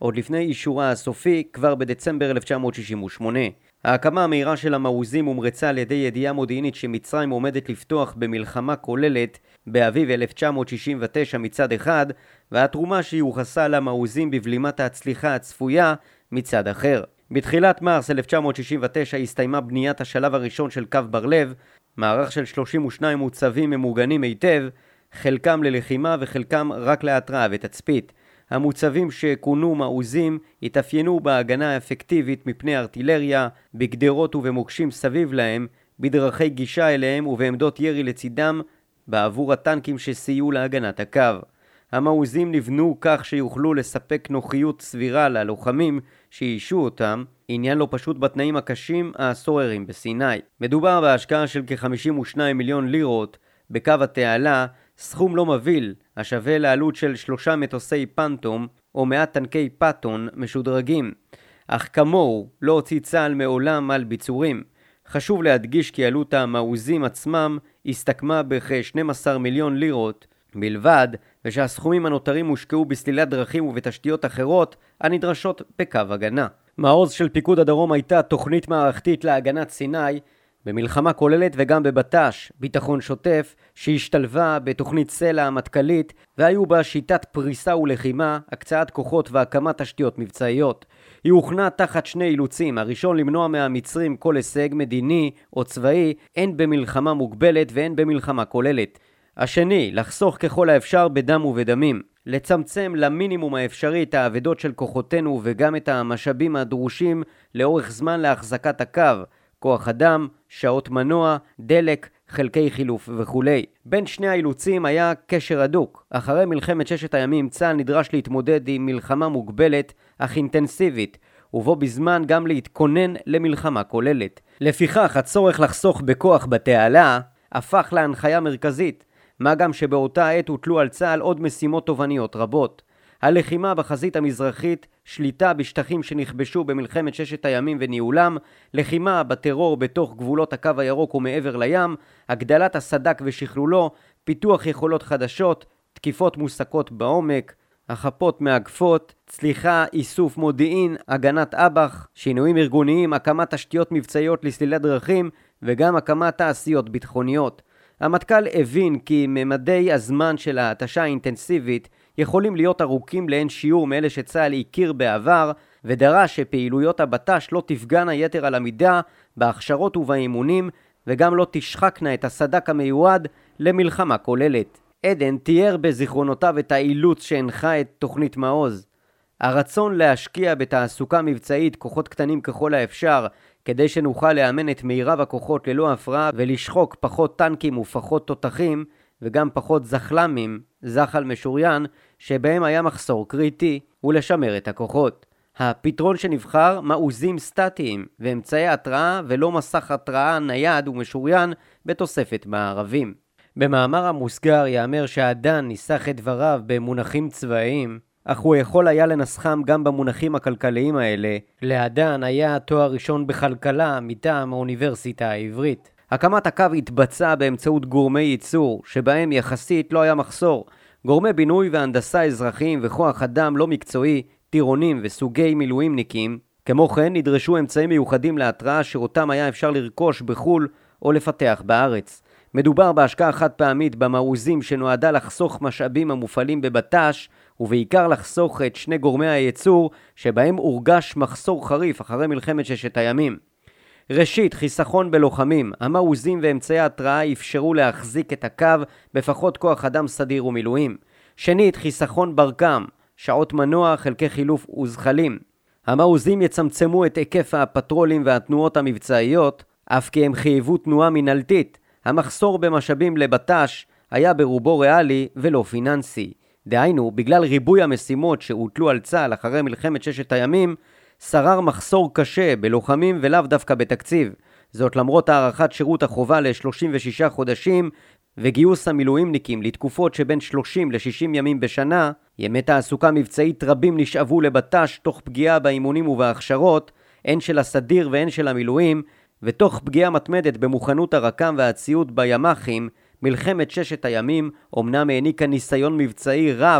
עוד לפני אישורה הסופי כבר בדצמבר אלף תשע מאות שישים ושמונה. ההקמה המהירה של המעוזים הומרצה על ידי ידיעה מודיעינית שמצרים עומדת לפתוח במלחמה כוללת באביב אלף תשע מאות שישים ותשע מצד אחד, והתרומה שיוחסה למעוזים בבלימת ההצליחה הצפויה מצד אחר. בתחילת מרס אלף תשע מאות שישים ותשע הסתיימה בניית השלב הראשון של קו בר לב, מערך של שלושים ושניים מוצבים ממוגנים היטב, חלקם ללחימה וחלקם רק להתראה ותצפית. המוצבים שכונו מעוזים התאפיינו בהגנה אפקטיבית מפני ארטילריה, בגדרות ובמוקשים סביב להם, בדרכי גישה אליהם ובעמדות ירי לצידם, בעבור הטנקים שסייעו להגנת הקו. המעוזים נבנו כך שיוכלו לספק נוחיות סבירה ללוחמים שאישו אותם, עניין לא פשוט בתנאים הקשים הסוררים בסיני. מדובר בהשקעה של כ-חמישים ושניים מיליון לירות בקו התעלה, סכום לא מביא, השווה לעלות של שלושה מטוסי פנטום או מעט טנקי פאטון משודרגים. אך כמוהו לא הוציא צה"ל מעולם על ביצורים. חשוב להדגיש כי עלות המעוזים עצמם הסתכמה בכ-שנים עשר מיליון לירות בלבד, ושהסכומים הנותרים הושקעו בסלילת דרכים ובתשתיות אחרות הנדרשות בקו הגנה. מעוז של פיקוד הדרום הייתה תוכנית מערכתית להגנת סיני, במלחמה כוללת וגם בבט"ש, ביטחון שוטף, שהשתלבה בתוכנית סלע המטכ"לית, והיו בה שיטת פריסה ולחימה, הקצאת כוחות והקמת תשתיות מבצעיות. היא הוכנה תחת שני אילוצים: הראשון, למנוע מהמצרים כל הישג מדיני או צבאי, הן במלחמה מוגבלת והן במלחמה כוללת. השני, לחסוך ככל האפשר בדם ובדמים, לצמצם למינימום האפשרי את העבדות של כוחותינו וגם את המשאבים הדרושים לאורך זמן להחזקת הקו, כוח אדם, שעות מנוע, דלק, חלקי חילוף וכו'. בין שני האילוצים היה קשר הדוק. אחרי מלחמת ששת הימים צה"ל נדרש להתמודד עם מלחמה מוגבלת אך אינטנסיבית, ובו בזמן גם להתכונן למלחמה כוללת. לפיכך הצורך לחסוך בכוח בתעלה הפך להנחיה מרכזית, מה גם שבאותה עת הוטלו על צה"ל עוד משימות תובעניות רבות. הלחימה בחזית המזרחית, שליטה בשטחים שנכבשו במלחמת ששת הימים וניהולם, לחימה בטרור בתוך גבולות הקו הירוק ומעבר לים, הגדלת הסדק ושכלולו, פיתוח יכולות חדשות, תקיפות מוסקות בעומק, החפות מאגפות, צליחה, איסוף מודיעין, הגנת אב"ח, שינויים ארגוניים, הקמת תשתיות מבצעיות לסלילת דרכים וגם הקמת תעשיות ביטחוניות. המטכ"ל הבין כי ממדי הזמן של ההתשה האינטנסיבית יכולים להיות ארוכים לאין שיעור מאלה שצה"ל הכיר בעבר, ודרש שפעילויות הבט"ש לא תפגענה יתר על המידה בהכשרות ובאימונים, וגם לא תשחקנה את הסדק המיועד למלחמה כוללת. עדן תיאר בזיכרונותיו את האילוץ שהנחה את תוכנית מעוז. הרצון להשקיע בתעסוקה מבצעית כוחות קטנים ככל האפשר, כדי שנוכל לאמן את מירב הכוחות ללא הפרעה ולשחוק פחות טנקים ופחות תותחים, וגם פחות זחלמים, זחל משוריין, שבהם היה מחסור קריטי, ולשמר את הכוחות. הפתרון שנבחר, מעוזים סטטיים ואמצעי התראה ולא מסך התראה נייד ומשוריין בתוספת מערבים. במאמר המוסגר יאמר שהדן ניסח את דבריו במונחים צבאיים, אך הוא יכול היה לנסחם גם במונחים הכלכליים האלה. לאדן היה תואר ראשון בכלכלה מטעם האוניברסיטה העברית. הקמת הקו התבצעה באמצעות גורמי ייצור, שבהם יחסית לא היה מחסור. גורמי בינוי והנדסה אזרחיים וכוח אדם לא מקצועי, טירונים וסוגי מילואימניקים. כמו כן נדרשו אמצעים מיוחדים להתראה שאותם היה אפשר לרכוש בחול או לפתח בארץ. מדובר בהשקעה חד פעמית במעוזים שנועדה לחסוך משאבים המופעלים בבט"ש, ובעיקר לחסוך את שני גורמי הייצור שבהם הורגש מחסור חריף אחרי מלחמת ששת הימים. ראשית, חיסכון בלוחמים. המעוזים ואמצעי ההתראה אפשרו להחזיק את הקו בפחות כוח אדם סדיר ומילואים. שנית, חיסכון ברקם, שעות מנוע, חלקי חילוף וזחלים. המעוזים יצמצמו את היקף הפטרולים והתנועות המבצעיות, אף כי הם חייבו תנועה מנהלתית. המחסור במשאבים לבט"ש היה ברובו ריאלי ולא פיננסי. דהיינו, בגלל ריבוי המשימות שהוטלו על צה"ל אחרי מלחמת ששת הימים, שרר מחסור קשה בלוחמים ולאו דווקא בתקציב. זאת למרות הערכת שירות החובה ל-שלושים ושישה חודשים וגיוס המילואימניקים לתקופות שבין שלושים ל-שישים ימים בשנה. ימי תעסוקה מבצעית רבים נשאבו לבט"ש תוך פגיעה באימונים ובהכשרות, הן של הסדיר והן של המילואים, ותוך פגיעה מתמדת במוכנות הרקם והציוד בימ"חים. מלחמת ששת הימים אומנם העניקה ניסיון מבצעי רב,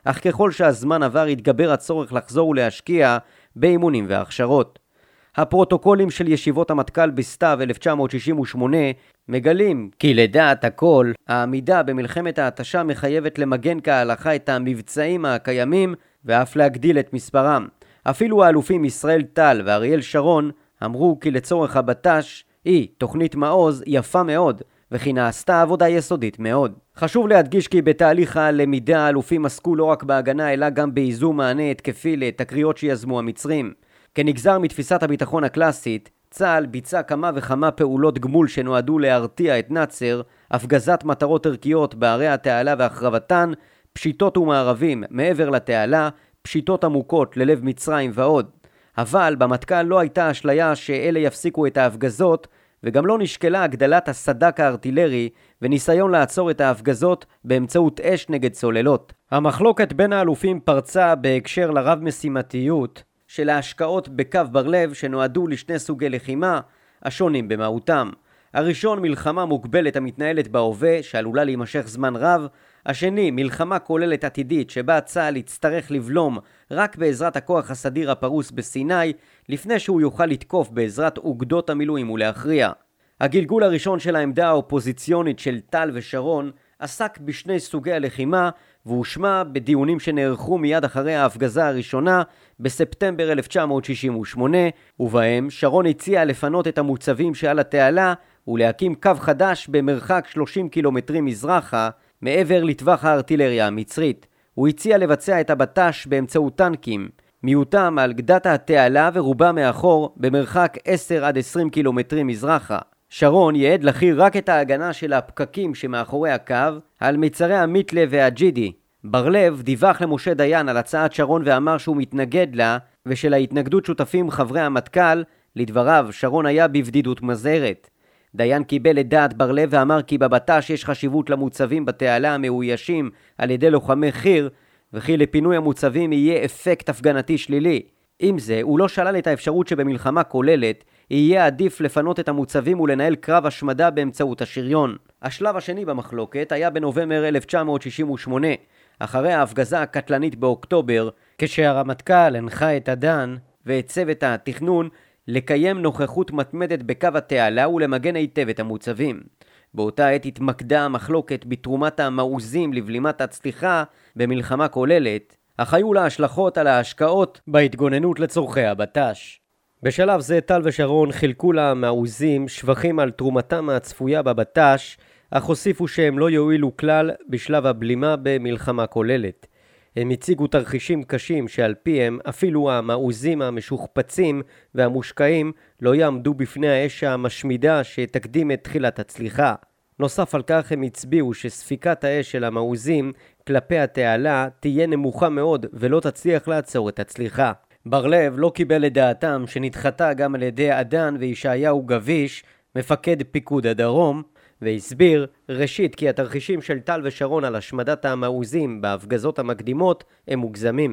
אך ככל שהזמן עבר התגבר הצורך לחזור ולהשקיע באימונים והכשרות. הפרוטוקולים של ישיבות המטכ"ל בסתיו אלף תשע מאות שישים ושמונה מגלים כי לדעת הכל, העמידה במלחמת ההתשה מחייבת למגן כהלכה את המבצעים הקיימים ואף להגדיל את מספרם. אפילו האלופים ישראל טל ואריאל שרון אמרו כי לצורך הבט"ש היא תוכנית מעוז יפה מאוד, וכי נעשתה עבודה יסודית מאוד. חשוב להדגיש כי בתהליך הלמידה האלופים עסקו לא רק בהגנה אלא גם באיזון מענה התקפי לתקריות שיזמו המצרים. כנגזר מתפיסת הביטחון הקלאסית, צה"ל ביצע כמה וכמה פעולות גמול שנועדו להרתיע את נאצר, הפגזת מטרות ערכיות בערי התעלה והחרבתן, פשיטות ומערבים מעבר לתעלה, פשיטות עמוקות ללב מצרים ועוד. אבל במטכ"ל לא הייתה אשליה שאלה יפסיקו את ההפגזות, וגם לא נשקלה הגדלת הסד"כ הארטילרי וניסיון לעצור את ההפגזות באמצעות אש נגד צוללות. המחלוקת בין האלופים פרצה בהקשר לרב משימתיות של ההשקעות בקו בר לב שנועדו לשני סוגי לחימה השונים במהותם. הראשון מלחמה מוגבלת המתנהלת בהווה שעלולה להימשך זמן רב, השני מלחמה כוללת עתידית שבה צה"ל יצטרך לבלום רק בעזרת הכוח הסדיר הפרוס בסיני לפני שהוא יוכל לתקוף בעזרת אוגדות המילואים ולהכריע. הגלגול הראשון של העמדה האופוזיציונית של טל ושרון עסק בשני סוגי הלחימה והושמע בדיונים שנערכו מיד אחרי ההפגזה הראשונה בספטמבר אלף תשע מאות שישים ושמונה, ובהם שרון הציע לפנות את המוצבים שעל התעלה ולהקים קו חדש במרחק שלושים קילומטרים מזרחה מעבר לטווח הארטילריה המצרית. הוא הציע לבצע את הבט"ש באמצעות טנקים, מיעוטם על גדת התעלה ורובה מאחור במרחק עשרה עד עשרים קילומטרים מזרחה. שרון יעד לחיל רק את ההגנה של הפקקים שמאחורי הקו על מצרי המיתלה והג'ידי. בר לב דיווח למשה דיין על הצעת שרון ואמר שהוא מתנגד לה, ושל ההתנגדות שותפים חברי המטכ"ל. לדבריו שרון היה בבדידות מזהרת. דיין קיבל את דעת בר לב ואמר כי בבט"ש יש חשיבות למוצבים בתעלה המאוישים על ידי לוחמי חי"ר, וכי לפינוי המוצבים יהיה אפקט הפגנתי שלילי. עם זה הוא לא שלל את האפשרות שבמלחמה כוללת יהיה עדיף לפנות את המוצבים ולנהל קרב השמדה באמצעות השריון. השלב השני במחלוקת היה בנובמבר אלף תשע מאות שישים ושמונה, אחרי ההפגזה הקטלנית באוקטובר, כשהרמטכ"ל הנחה את עדן ואת צוות התכנון לקיים נוכחות מתמדת בקו התעלה ולמגן היטב את המוצבים. באותה עת התמקדה המחלוקת בתרומת המעוזים לבלימת הצליחה במלחמה כוללת, אך היו לה השלכות על ההשקעות בהתגוננות לצורכי הבט"ש. בשלב זה טל ושרון חילקו למעוזים שבחים על תרומתם הצפויה בבט"ש, אך הוסיפו שהם לא יועילו כלל בשלב הבלימה במלחמה כוללת. הם הציגו תרחישים קשים שעל פיהם אפילו המעוזים המשוכפצים והמושקעים לא יעמדו בפני האש המשמידה שתקדים את תחילת הצליחה. נוסף על כך הם הצביעו שספיקת האש של המעוזים כלפי התעלה תהיה נמוכה מאוד ולא תצליח לעצור את הצליחה. בר לב לא קיבל את דעתם שנדחתה גם על ידי עדן וישעיהו גביש, מפקד פיקוד הדרום, והסביר ראשית כי התרחישים של טל ושרון על השמדת המעוזים בהפגזות המקדימות הם מוגזמים.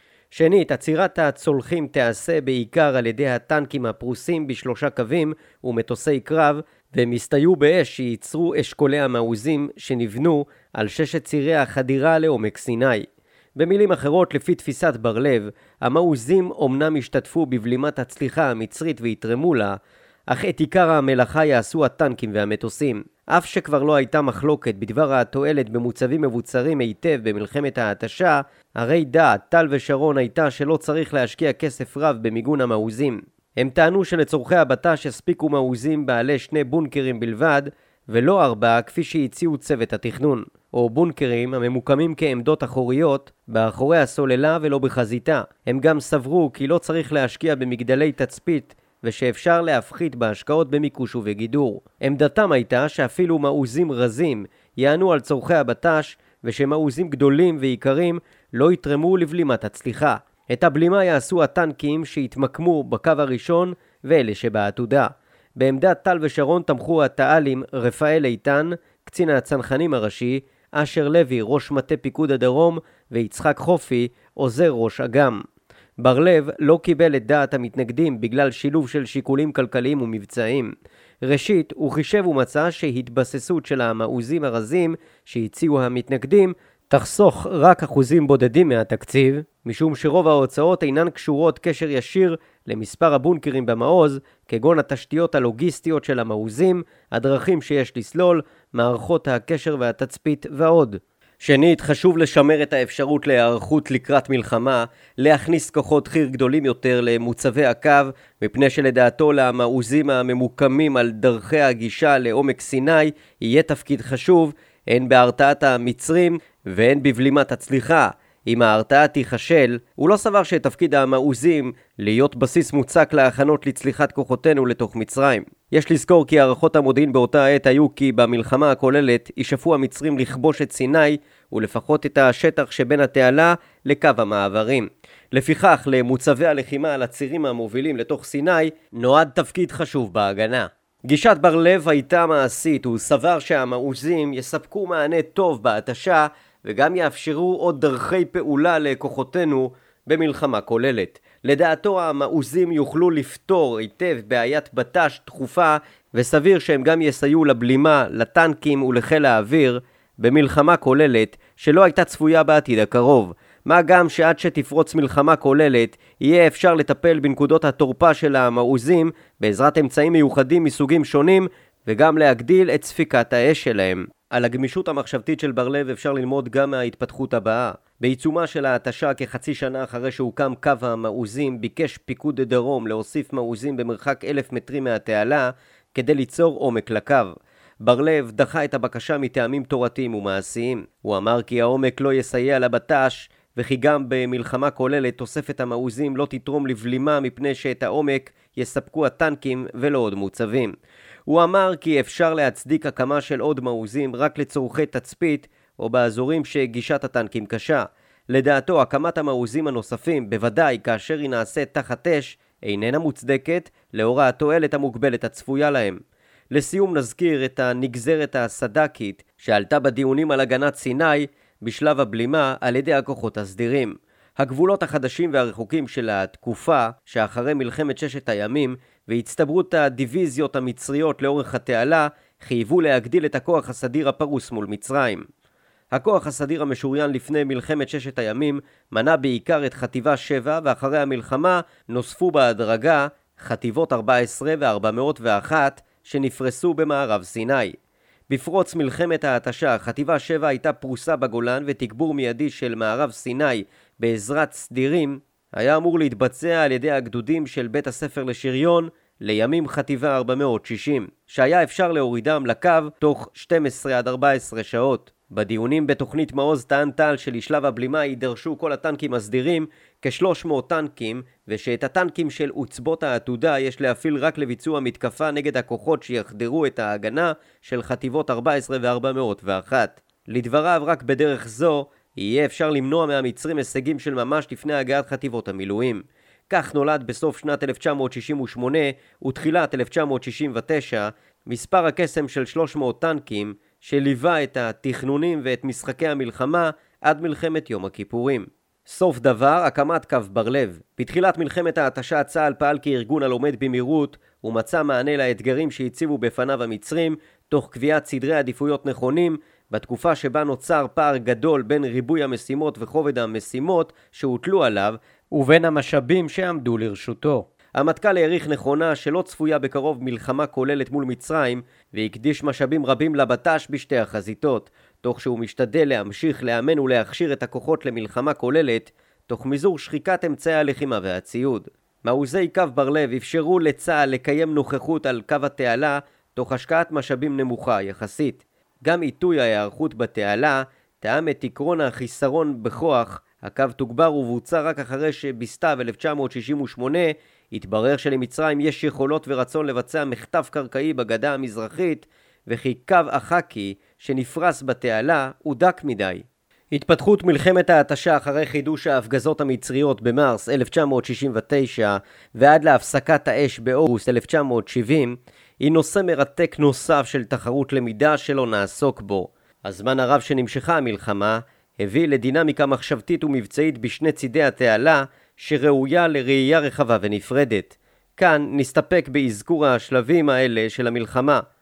שנית, עצירת הצולחים תעשה בעיקר על ידי הטנקים הפרוסים בשלושה קווים ומטוסי קרב, והם הסתייעו באש שייצרו אשכולי המעוזים שנבנו על ששת צירי החדירה לעומק סיני. במילים אחרות, לפי תפיסת בר לב, המעוזים אומנם השתתפו בבלימת הצליחה המצרית והתרמו לה, אך את עיקר המלאכה יעשו הטנקים והמטוסים. אף שכבר לא הייתה מחלוקת בדבר התועלת במוצבים מבוצרים היטב במלחמת ההתשה, הרי דעת טל ושרון הייתה שלא צריך להשקיע כסף רב במיגון המעוזים. הם טענו שלצורכי הבט"ש יספיקו מעוזים בעלי שני בונקרים בלבד, ולא ארבעה כפי שהציעו צוות התכנון, או בונקרים הממוקמים כעמדות אחוריות באחורי הסוללה ולא בחזיתה. הם גם סברו כי לא צריך להשקיע במגדלי תצפית ושאפשר להפחית בהשקעות במיקוש ובגידור. עמדתם הייתה שאפילו מעוזים רזים יענו על צורכי הבט"ש ושמעוזים גדולים ועיקרים לא יתרמו לבלימת הצליחה. את הבלימה יעשו הטנקים שהתמקמו בקו הראשון ואלה שבעתודה. בעמדת טל ושרון תמכו התעלים רפאל איתן, קצין הצנחנים הראשי, אשר לוי, ראש מטה פיקוד הדרום, ויצחק חופי, עוזר ראש אג"ם. בר לב לא קיבל את דעת המתנגדים בגלל שילוב של שיקולים כלכליים ומבצעיים. ראשית, הוא חישב ומצא שהתבססות של המעוזים הרזים שהציעו המתנגדים תחסוך רק אחוזים בודדים מהתקציב, משום שרוב ההוצאות אינן קשורות קשר ישיר למספר הבונקרים במעוז, כגון התשתיות הלוגיסטיות של המעוזים, הדרכים שיש לסלול, מערכות הקשר והתצפית ועוד. שנית, חשוב לשמר את האפשרות להיערכות לקראת מלחמה, להכניס כוחות חי"ר גדולים יותר למוצבי הקו, מפני שלדעתו למעוזים הממוקמים על דרכי הגישה לעומק סיני יהיה תפקיד חשוב, הן בהרתעת המצרים והן בבלימת הצליחה. אם ההרתעה תיכשל, הוא לא סבר שתפקיד המעוזים להיות בסיס מוצק להכנות לצליחת כוחותינו לתוך מצרים. יש לזכור כי הערכות המודיעין באותה עת היו כי במלחמה הכוללת ישאפו המצרים לכבוש את סיני ולפחות את השטח שבין התעלה לקו המעברים. לפיכך, למוצבי הלחימה על הצירים המובילים לתוך סיני נועד תפקיד חשוב בהגנה. גישת בר לב הייתה מעשית, הוא סבר שהמעוזים יספקו מענה טוב בהתשה וגם יאפשרו עוד דרכי פעולה לכוחותינו במלחמה כוללת. לדעתו המעוזים יוכלו לפתור היטב בעיית בט"ש דחופה, וסביר שהם גם יסייעו לבלימה, לטנקים ולחיל האוויר במלחמה כוללת שלא הייתה צפויה בעתיד הקרוב. מה גם שעד שתפרוץ מלחמה כוללת יהיה אפשר לטפל בנקודות התורפה של המעוזים בעזרת אמצעים מיוחדים מסוגים שונים וגם להגדיל את ספיקת האש שלהם. על הגמישות המחשבתית של בר לב אפשר ללמוד גם מההתפתחות הבאה. בעיצומה של ההתשה כחצי שנה אחרי שהוקם קו המעוזים, ביקש פיקוד דרום להוסיף מעוזים במרחק אלף מטרים מהתעלה כדי ליצור עומק לקו. בר לב דחה את הבקשה מטעמים תורתיים ומעשיים. הוא אמר כי העומק לא יסייע לבט"ש וכי גם במלחמה כוללת תוספת המעוזים לא תתרום לבלימה מפני שאת העומק יספקו הטנקים ולא עוד מוצבים. הוא אמר כי אפשר להצדיק הקמה של עוד מעוזים רק לצורכי תצפית או באזורים שגישת הטנקים קשה. לדעתו, הקמת המעוזים הנוספים, בוודאי כאשר היא נעשית תחת אש, איננה מוצדקת לאור התועלת המוגבלת הצפויה להם. לסיום נזכיר את הנגזרת הסד"כית שעלתה בדיונים על הגנת סיני בשלב הבלימה על ידי הכוחות הסדירים. הגבולות החדשים והרחוקים של התקופה שאחרי מלחמת ששת הימים והצטברות הדיוויזיות המצריות לאורך התעלה חייבו להגדיל את הכוח הסדיר הפרוס מול מצרים. הכוח הסדיר המשוריין לפני מלחמת ששת הימים מנה בעיקר את חטיבה שבע, ואחרי המלחמה נוספו בהדרגה חטיבות ארבע עשרה ו-ארבע מאות ואחת שנפרסו במערב סיני. בפרוץ מלחמת ההתשה, חטיבה שבע הייתה פרוסה בגולן ותגבור מיידי של מערב סיני בעזרת סדירים היה אמור להתבצע על ידי הגדודים של בית הספר לשריון לימים חטיבה ארבע מאות ושישים, שהיה אפשר להורידם לקו תוך שתים עשרה עד ארבע עשרה שעות. בדיונים בתוכנית מעוז טען טל שלשלב הבלימה יידרשו כל הטנקים הסדירים כ-שלוש מאות טנקים, ושאת הטנקים של עוצבות העתודה יש להפעיל רק לביצוע מתקפה נגד הכוחות שיחדרו את ההגנה של חטיבות ארבע עשרה ו-ארבע מאות ואחת. לדבריו, רק בדרך זו יהיה אפשר למנוע מהמצרים הישגים של ממש לפני הגעת חטיבות המילואים. כך נולד בסוף שנת אלף תשע מאות שישים ושמונה ותחילת אלף תשע מאות שישים ותשע מספר הקסם של שלוש מאות טנקים שליווה את התכנונים ואת משחקי המלחמה עד מלחמת יום הכיפורים. סוף דבר, הקמת קו בר לב. בתחילת מלחמת ההתשה צה"ל פעל כארגון הלומד במהירות ומצא מענה לאתגרים שהציבו בפניו המצרים תוך קביעת סדרי עדיפויות נכונים בתקופה שבה נוצר פער גדול בין ריבוי המשימות וכובד המשימות שהוטלו עליו ובין המשאבים שעמדו לרשותו. המטכ"ל העריך נכונה שלא צפויה בקרוב מלחמה כוללת מול מצרים והקדיש משאבים רבים לבט"ש בשתי החזיתות, תוך שהוא משתדל להמשיך לאמן ולהכשיר את הכוחות למלחמה כוללת תוך מזעור שחיקת אמצעי הלחימה והציוד. מעוזי קו בר לב אפשרו לצה"ל לקיים נוכחות על קו התעלה תוך השקעת משאבים נמוכה יחסית. גם עיתוי ההיערכות בתעלה תאם את עקרון החיסרון בכוח. הקו תוגבר ובוצע רק אחרי שבסתיו אלף תשע מאות שישים ושמונה התברר שלמצרים יש יכולות ורצון לבצע מחטף קרקעי בגדה המזרחית, וכי קו החקי שנפרס בתעלה הוא דק מדי. התפתחות מלחמת ההתשה אחרי חידוש ההפגזות המצריות במרס אלף תשע מאות שישים ותשע ועד להפסקת האש באוגוסט אלף תשע מאות שבעים היא נושא מרתק נוסף של תחרות למידה שלא נעסוק בו. הזמן הרב שנמשכה המלחמה הביא לדינמיקה מחשבתית ומבצעית בשני צידי התעלה שראויה לראייה רחבה ונפרדת. כאן נסתפק באזכור השלבים האלה של המלחמה.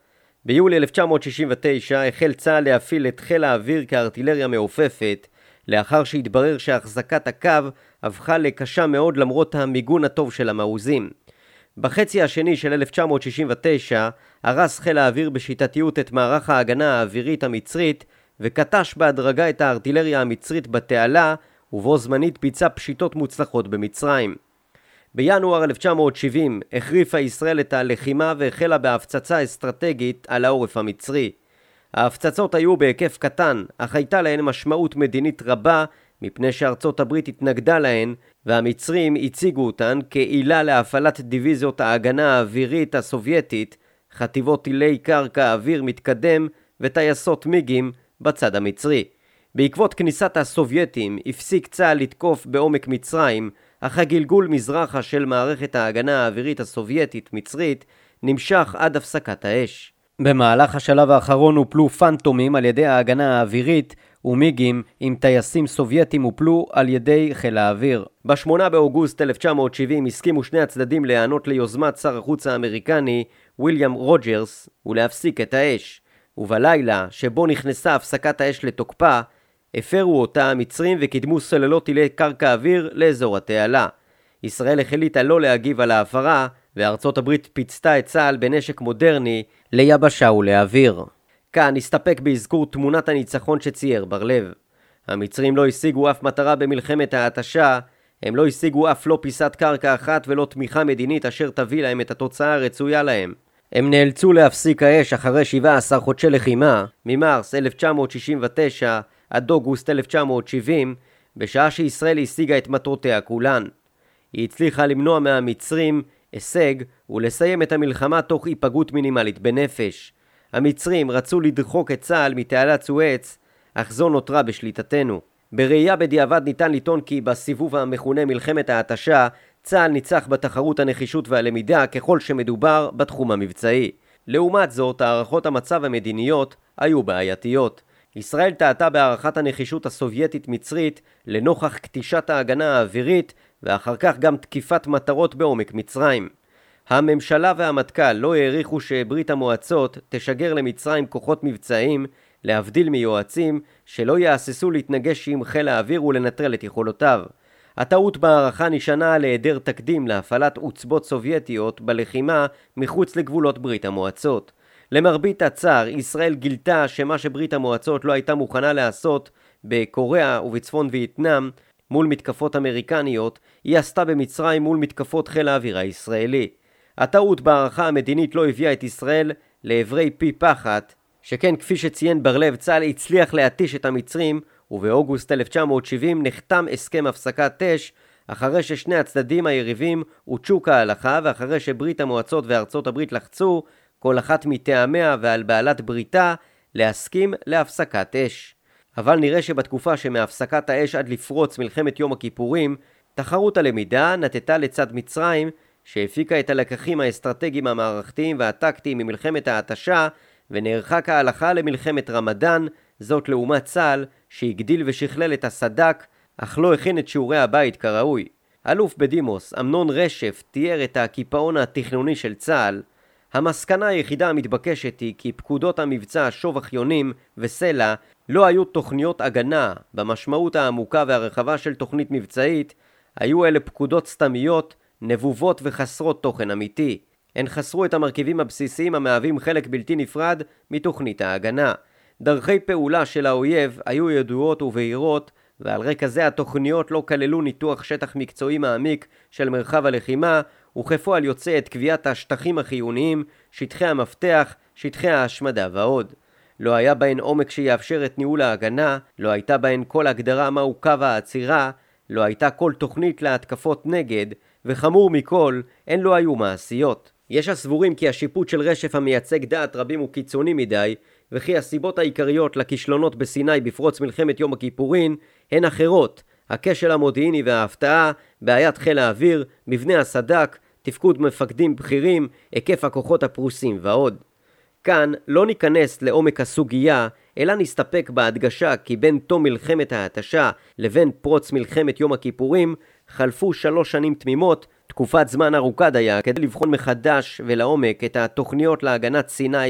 ביולי אלף תשע מאות שישים ותשע החל צה"ל להפעיל את חיל האוויר כארטילריה מעופפת, לאחר שהתברר שהחזקת הקו הפכה לקשה מאוד למרות המיגון הטוב של המעוזים. בחצי השני של אלף תשע מאות שישים ותשע הרס חיל האוויר בשיטתיות את מערך ההגנה האווירית המצרית וקטש בהדרגה את הארטילריה המצרית בתעלה, ובו זמנית ביצע פשיטות מוצלחות במצרים. בינואר אלף תשע מאות שבעים החריפה ישראל את הלחימה והחלה בהפצצה אסטרטגית על העורף המצרי. ההפצצות היו בהיקף קטן, אך הייתה להן משמעות מדינית רבה מפני שארצות הברית התנגדה להן, והמצרים הציגו אותן כעילה להפעלת דיוויזיות ההגנה האווירית הסובייטית, חטיבות טילי קרקע אוויר מתקדם וטייסות מיגים בצד המצרי. בעקבות כניסת הסובייטים הפסיק צה"ל לתקוף בעומק מצרים, אך הגלגול מזרחה של מערכת ההגנה האווירית הסובייטית מצרית נמשך עד הפסקת האש. במהלך השלב האחרון הופלו פנטומים על ידי ההגנה האווירית, ומיגים עם טייסים סובייטים הופלו על ידי חיל האוויר. ב-שמונה באוגוסט אלף תשע מאות שבעים הסכימו שני הצדדים להיענות ליוזמת שר החוץ האמריקני ויליאם רוג'רס ולהפסיק את האש, ובלילה שבו נכנסה הפסקת האש לתוקפה הפרו אותה המצרים וקידמו סוללות טילי קרקע אוויר לאזור התעלה. ישראל החליטה לא להגיב על ההפרה, וארצות הברית פיצתה את צה"ל בנשק מודרני ליבשה ולאוויר. כאן נסתפק באזכור תמונת הניצחון שצייר בר-לב. המצרים לא השיגו אף מטרה במלחמת ההתשה, הם לא השיגו אף לא פיסת קרקע אחת ולא תמיכה מדינית אשר תביא להם את התוצאה הרצויה להם. הם נאלצו להפסיק האש אחרי שבעה עשר חודשי לחימה, ממרס אלף תשע מאות שישים ותשע עד אוגוסט אלף תשע מאות שבעים, בשעה שישראל השיגה את מטרותיה כולן. היא הצליחה למנוע מהמצרים הישג ולסיים את המלחמה תוך היפגעות מינימלית בנפש. המצרים רצו לדחוק את צה"ל מתעלת סואץ, אך זו נותרה בשליטתנו. בראייה בדיעבד ניתן לטעון כי בסיבוב המכונה מלחמת ההתשה, צה"ל ניצח בתחרות הנחישות והלמידה ככל שמדובר בתחום המבצעי. לעומת זאת, הערכות המצב המדיניות היו בעייתיות. ישראל טעתה בהערכת הנחישות הסובייטית-מצרית לנוכח קטישת ההגנה האווירית ואחר כך גם תקיפת מטרות בעומק מצרים. הממשלה והמטכ"ל לא העריכו שברית המועצות תשגר למצרים כוחות מבצעיים, להבדיל מיועצים שלא יאססו להתנגש עם חיל האוויר ולנטרל את יכולותיו. הטעות בהערכה נשענה על היעדר תקדים להפעלת עוצבות סובייטיות בלחימה מחוץ לגבולות ברית המועצות. למרבית הצער, ישראל גילתה שמה שברית המועצות לא הייתה מוכנה לעשות בקוריאה ובצפון וייטנאם מול מתקפות אמריקניות, היא עשתה במצרים מול מתקפות חיל האוויר הישראלי. הטעות בהערכה המדינית לא הביאה את ישראל לעברי פי פחת, שכן כפי שציין בר-לב, צה"ל הצליח להתיש את המצרים, ובאוגוסט אלף תשע מאות שבעים נחתם הסכם הפסקת אש, אחרי ששני הצדדים היריבים הוצ'ו כהלכה, ואחרי שברית המועצות וארצות הברית לחצו, כל אחת מטעמיה ועל בעלת בריתה, להסכים להפסקת אש. אבל נראה שבתקופה שמהפסקת האש עד לפרוץ מלחמת יום הכיפורים, תחרות הלמידה נטטה לצד מצרים, שהפיקה את הלקחים האסטרטגיים המערכתיים והטקטיים ממלחמת ההתשה, ונערכה כהלכה למלחמת רמדאן, זאת לעומת צה"ל שהגדיל ושכלל את הסד"כ, אך לא הכין את שיעורי הבית כראוי. אלוף בדימוס אמנון רשף תיאר את הקיפאון התכנוני של צה"ל. המסקנה היחידה המתבקשת היא כי פקודות המבצע שובך יונים וסלע לא היו תוכניות הגנה במשמעות העמוקה והרחבה של תוכנית מבצעית, היו אלה פקודות סתמיות, נבובות וחסרות תוכן אמיתי. הן חסרו את המרכיבים הבסיסיים המהווים חלק בלתי נפרד מתוכנית ההגנה. דרכי פעולה של האויב היו ידועות ובהירות, ועל רקע זה התוכניות לא כללו ניתוח שטח מקצועי מעמיק של מרחב הלחימה, וכפועל יוצא את קביעת השטחים החיוניים, שטחי המפתח, שטחי ההשמדה ועוד. לא היה בהן עומק שיאפשר את ניהול ההגנה, לא הייתה בהן כל הגדרה מהו קו העצירה, לא הייתה כל תוכנית להתקפות נגד, וחמור מכל, הן לא היו מעשיות. יש הסבורים כי השיפוט של רשף המייצג דעת רבים הוא קיצוני מדי, וכי הסיבות העיקריות לכישלונות בסיני בפרוץ מלחמת יום הכיפורים הן אחרות, הכשל המודיעיני וההפתעה, בעיית חיל האוויר, מבנה הסד"כ, תפקוד מפקדים בכירים, היקף הכוחות הפרוסים ועוד. כאן לא ניכנס לעומק הסוגיה, אלא נסתפק בהדגשה כי בין תום מלחמת ההתשה לבין פרוץ מלחמת יום הכיפורים חלפו שלוש שנים תמימות, תקופת זמן ארוכה דייה כדי לבחון מחדש ולעומק את התוכניות להגנת סיני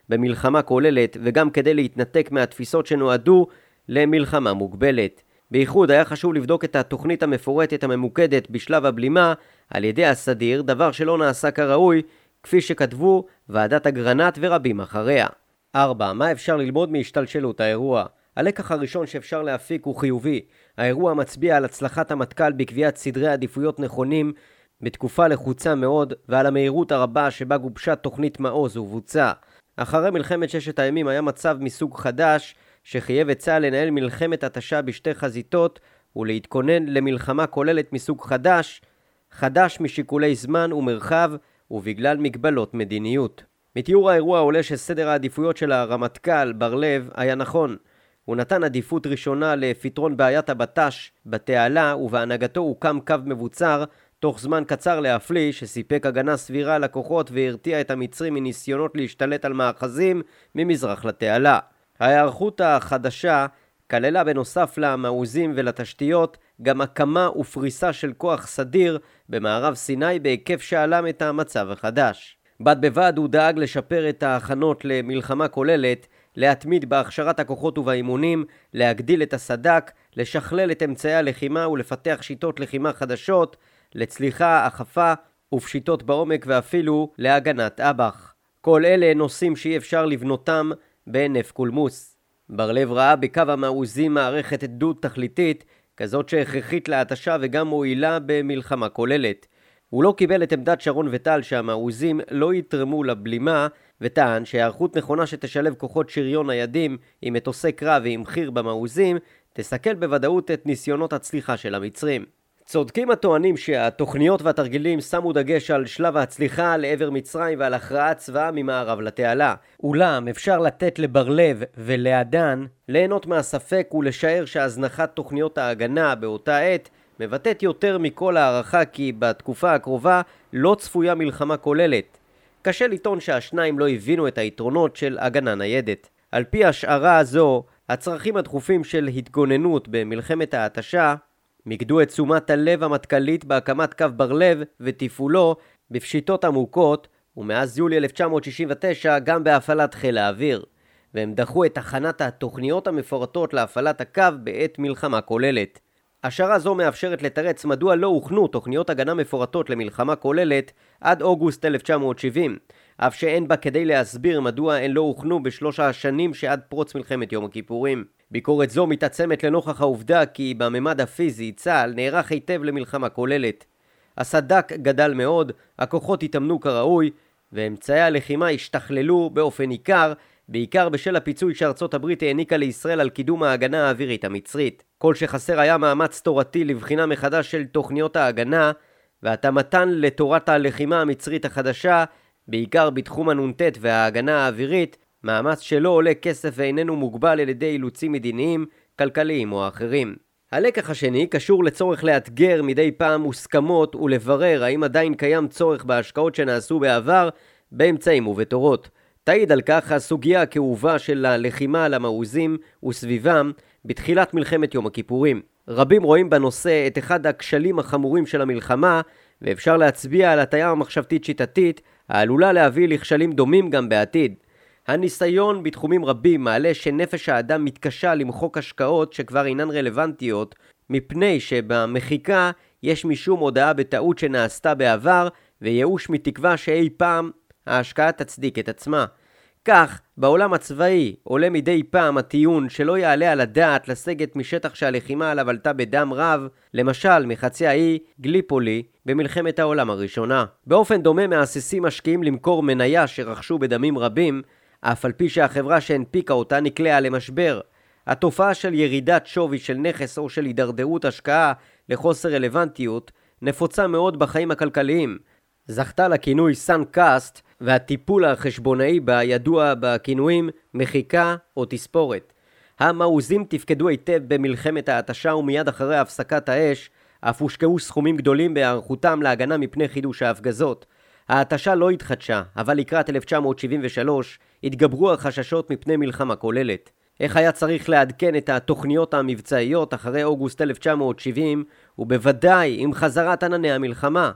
במלחמה כוללת וגם כדי להתנתק מהתפיסות שנועדו למלחמה מוגבלת. בייחוד היה חשוב לבדוק את התוכנית המפורטת הממוקדת בשלב הבלימה על ידי הסדיר, דבר שלא נעשה כראוי, כפי שכתבו ועדת אגרנט ורבים אחריה. ארבע. מה אפשר ללמוד מהשתלשלות האירוע? הלקח הראשון שאפשר להפיק הוא חיובי. האירוע מצביע על הצלחת המטכ"ל בקביעת סדרי עדיפויות נכונים בתקופה לחוצה מאוד ועל המהירות הרבה שבה גובשה תוכנית מעוז ובוצע. אחרי מלחמת ששת הימים היה מצב מסוג חדש שחייב את צה"ל לנהל מלחמת התשה בשתי חזיתות ולהתכונן למלחמה כוללת מסוג חדש, חדש משיקולי זמן ומרחב ובגלל מגבלות מדיניות. מתיאור האירוע עולה שסדר העדיפויות של הרמטכ"ל בר לב היה נכון. הוא נתן עדיפות ראשונה לפתרון בעיית הבט"ש בתעלה ובהנהגתו הוקם קו מבוצר תוך זמן קצר להפליא שסיפק הגנה סבירה לכוחות והרתיע את המצרים מניסיונות להשתלט על מאחזים ממזרח לתעלה. ההיערכות החדשה כללה בנוסף למעוזים ולתשתיות גם הקמה ופריסה של כוח סדיר במערב סיני בהיקף שעלם את המצב החדש. בד בבד הוא דאג לשפר את ההכנות למלחמה כוללת, להתמיד בהכשרת הכוחות ובאימונים, להגדיל את הסד"כ, לשכלל את אמצעי הלחימה ולפתח שיטות לחימה חדשות, לצליחה, אכפה ופשיטות בעומק ואפילו להגנת אב"ח. כל אלה נושאים שאי אפשר לבנותם בהינף קולמוס. בר לב ראה בקו המעוזים מערכת דו תכליתית, כזאת שהכרחית להתשה וגם מועילה במלחמה כוללת. הוא לא קיבל את עמדת שרון וטל שהמעוזים לא יתרמו לבלימה, וטען שהערכות נכונה שתשלב כוחות שריון ניידים עם מטוסי קרב ועם חיר במעוזים, תסכל בוודאות את ניסיונות הצליחה של המצרים. צודקים הטוענים שהתוכניות והתרגילים שמו דגש על שלב ההצליחה לעבר מצרים ועל הכרעת צבאה ממערב לתעלה. אולם אפשר לתת לבר לב ולעדן ליהנות מהספק ולשער שהזנחת תוכניות ההגנה באותה עת מבטאת יותר מכל הערכה כי בתקופה הקרובה לא צפויה מלחמה כוללת. קשה לטעון שהשניים לא הבינו את היתרונות של הגנה ניידת. על פי השערה הזו, הצרכים הדחופים של התגוננות במלחמת ההתשה מיקדו את תשומת הלב המטכ"לית בהקמת קו בר לב ותפעולו בפשיטות עמוקות, ומאז יולי אלף תשע מאות שישים ותשע גם בהפעלת חיל האוויר, והם דחו את הכנת התוכניות המפורטות להפעלת הקו בעת מלחמה כוללת. השערה זו מאפשרת לתרץ מדוע לא הוכנו תוכניות הגנה מפורטות למלחמה כוללת עד אוגוסט אלף תשע מאות שבעים, אף שאין בה כדי להסביר מדוע הן לא הוכנו בשלוש השנים שעד פרוץ מלחמת יום הכיפורים. ביקורת זו מתעצמת לנוכח העובדה כי בממד הפיזי צה"ל נערך היטב למלחמה כוללת. הסד"כ גדל מאוד, הכוחות התאמנו כראוי, ואמצעי הלחימה השתכללו באופן ניכר, בעיקר בשל הפיצוי שארצות הברית העניקה לישראל על קידום ההגנה האווירית המצרית. כל שחסר היה מאמץ תורתי לבחינה מחדש של תוכניות ההגנה, והתאמתן לתורת הלחימה המצרית החדשה, בעיקר בתחום הנונטט וההגנה האווירית, מאמץ שלא עולה כסף ואיננו מוגבל על ידי אילוצים מדיניים, כלכליים או אחרים. הלקח השני קשור לצורך לאתגר מדי פעם מוסכמות ולברר האם עדיין קיים צורך בהשקעות שנעשו בעבר באמצעים ובתורות. תעיד על כך הסוגיה הכאובה של הלחימה על המעוזים וסביבם בתחילת מלחמת יום הכיפורים. רבים רואים בנושא את אחד הכשלים החמורים של המלחמה, ואפשר להצביע על הטיה המחשבתית שיטתית העלולה להביא לכשלים דומים גם בעתיד. הניסיון בתחומים רבים מעלה שנפש האדם מתקשה למחוק השקעות שכבר אינן רלוונטיות, מפני שבמחיקה יש משום הודעה בטעות שנעשתה בעבר וייאוש מתקווה שאי פעם ההשקעה תצדיק את עצמה. כך, בעולם הצבאי עולה מדי פעם הטיעון שלא יעלה על הדעת לסגת משטח שהלחימה עליו עלתה בדם רב, למשל מחצי האי גליפולי במלחמת העולם הראשונה. באופן דומה מהססים משקיעים למכור מניה שרכשו בדמים רבים, אף על פי שהחברה שהנפיקה אותה נקלעה למשבר. התופעה של ירידת שווי של נכס או של הידרדרות השקעה לחוסר רלוונטיות נפוצה מאוד בחיים הכלכליים. זכתה לכינוי סאן קאסט, והטיפול החשבונאי בה ידוע בכינויים מחיקה או תספורת. המעוזים תפקדו היטב במלחמת ההתשה ומיד אחרי הפסקת האש, אף הושקעו סכומים גדולים בהיערכותם להגנה מפני חידוש ההפגזות. ההתשה לא התחדשה, אבל לקראת אלף תשע מאות שבעים ושלוש התגברו החששות מפני מלחמה כוללת. איך היה צריך לעדכן את התוכניות המבצעיות אחרי אוגוסט אלף תשע מאות שבעים, ובוודאי עם חזרת ענני המלחמה?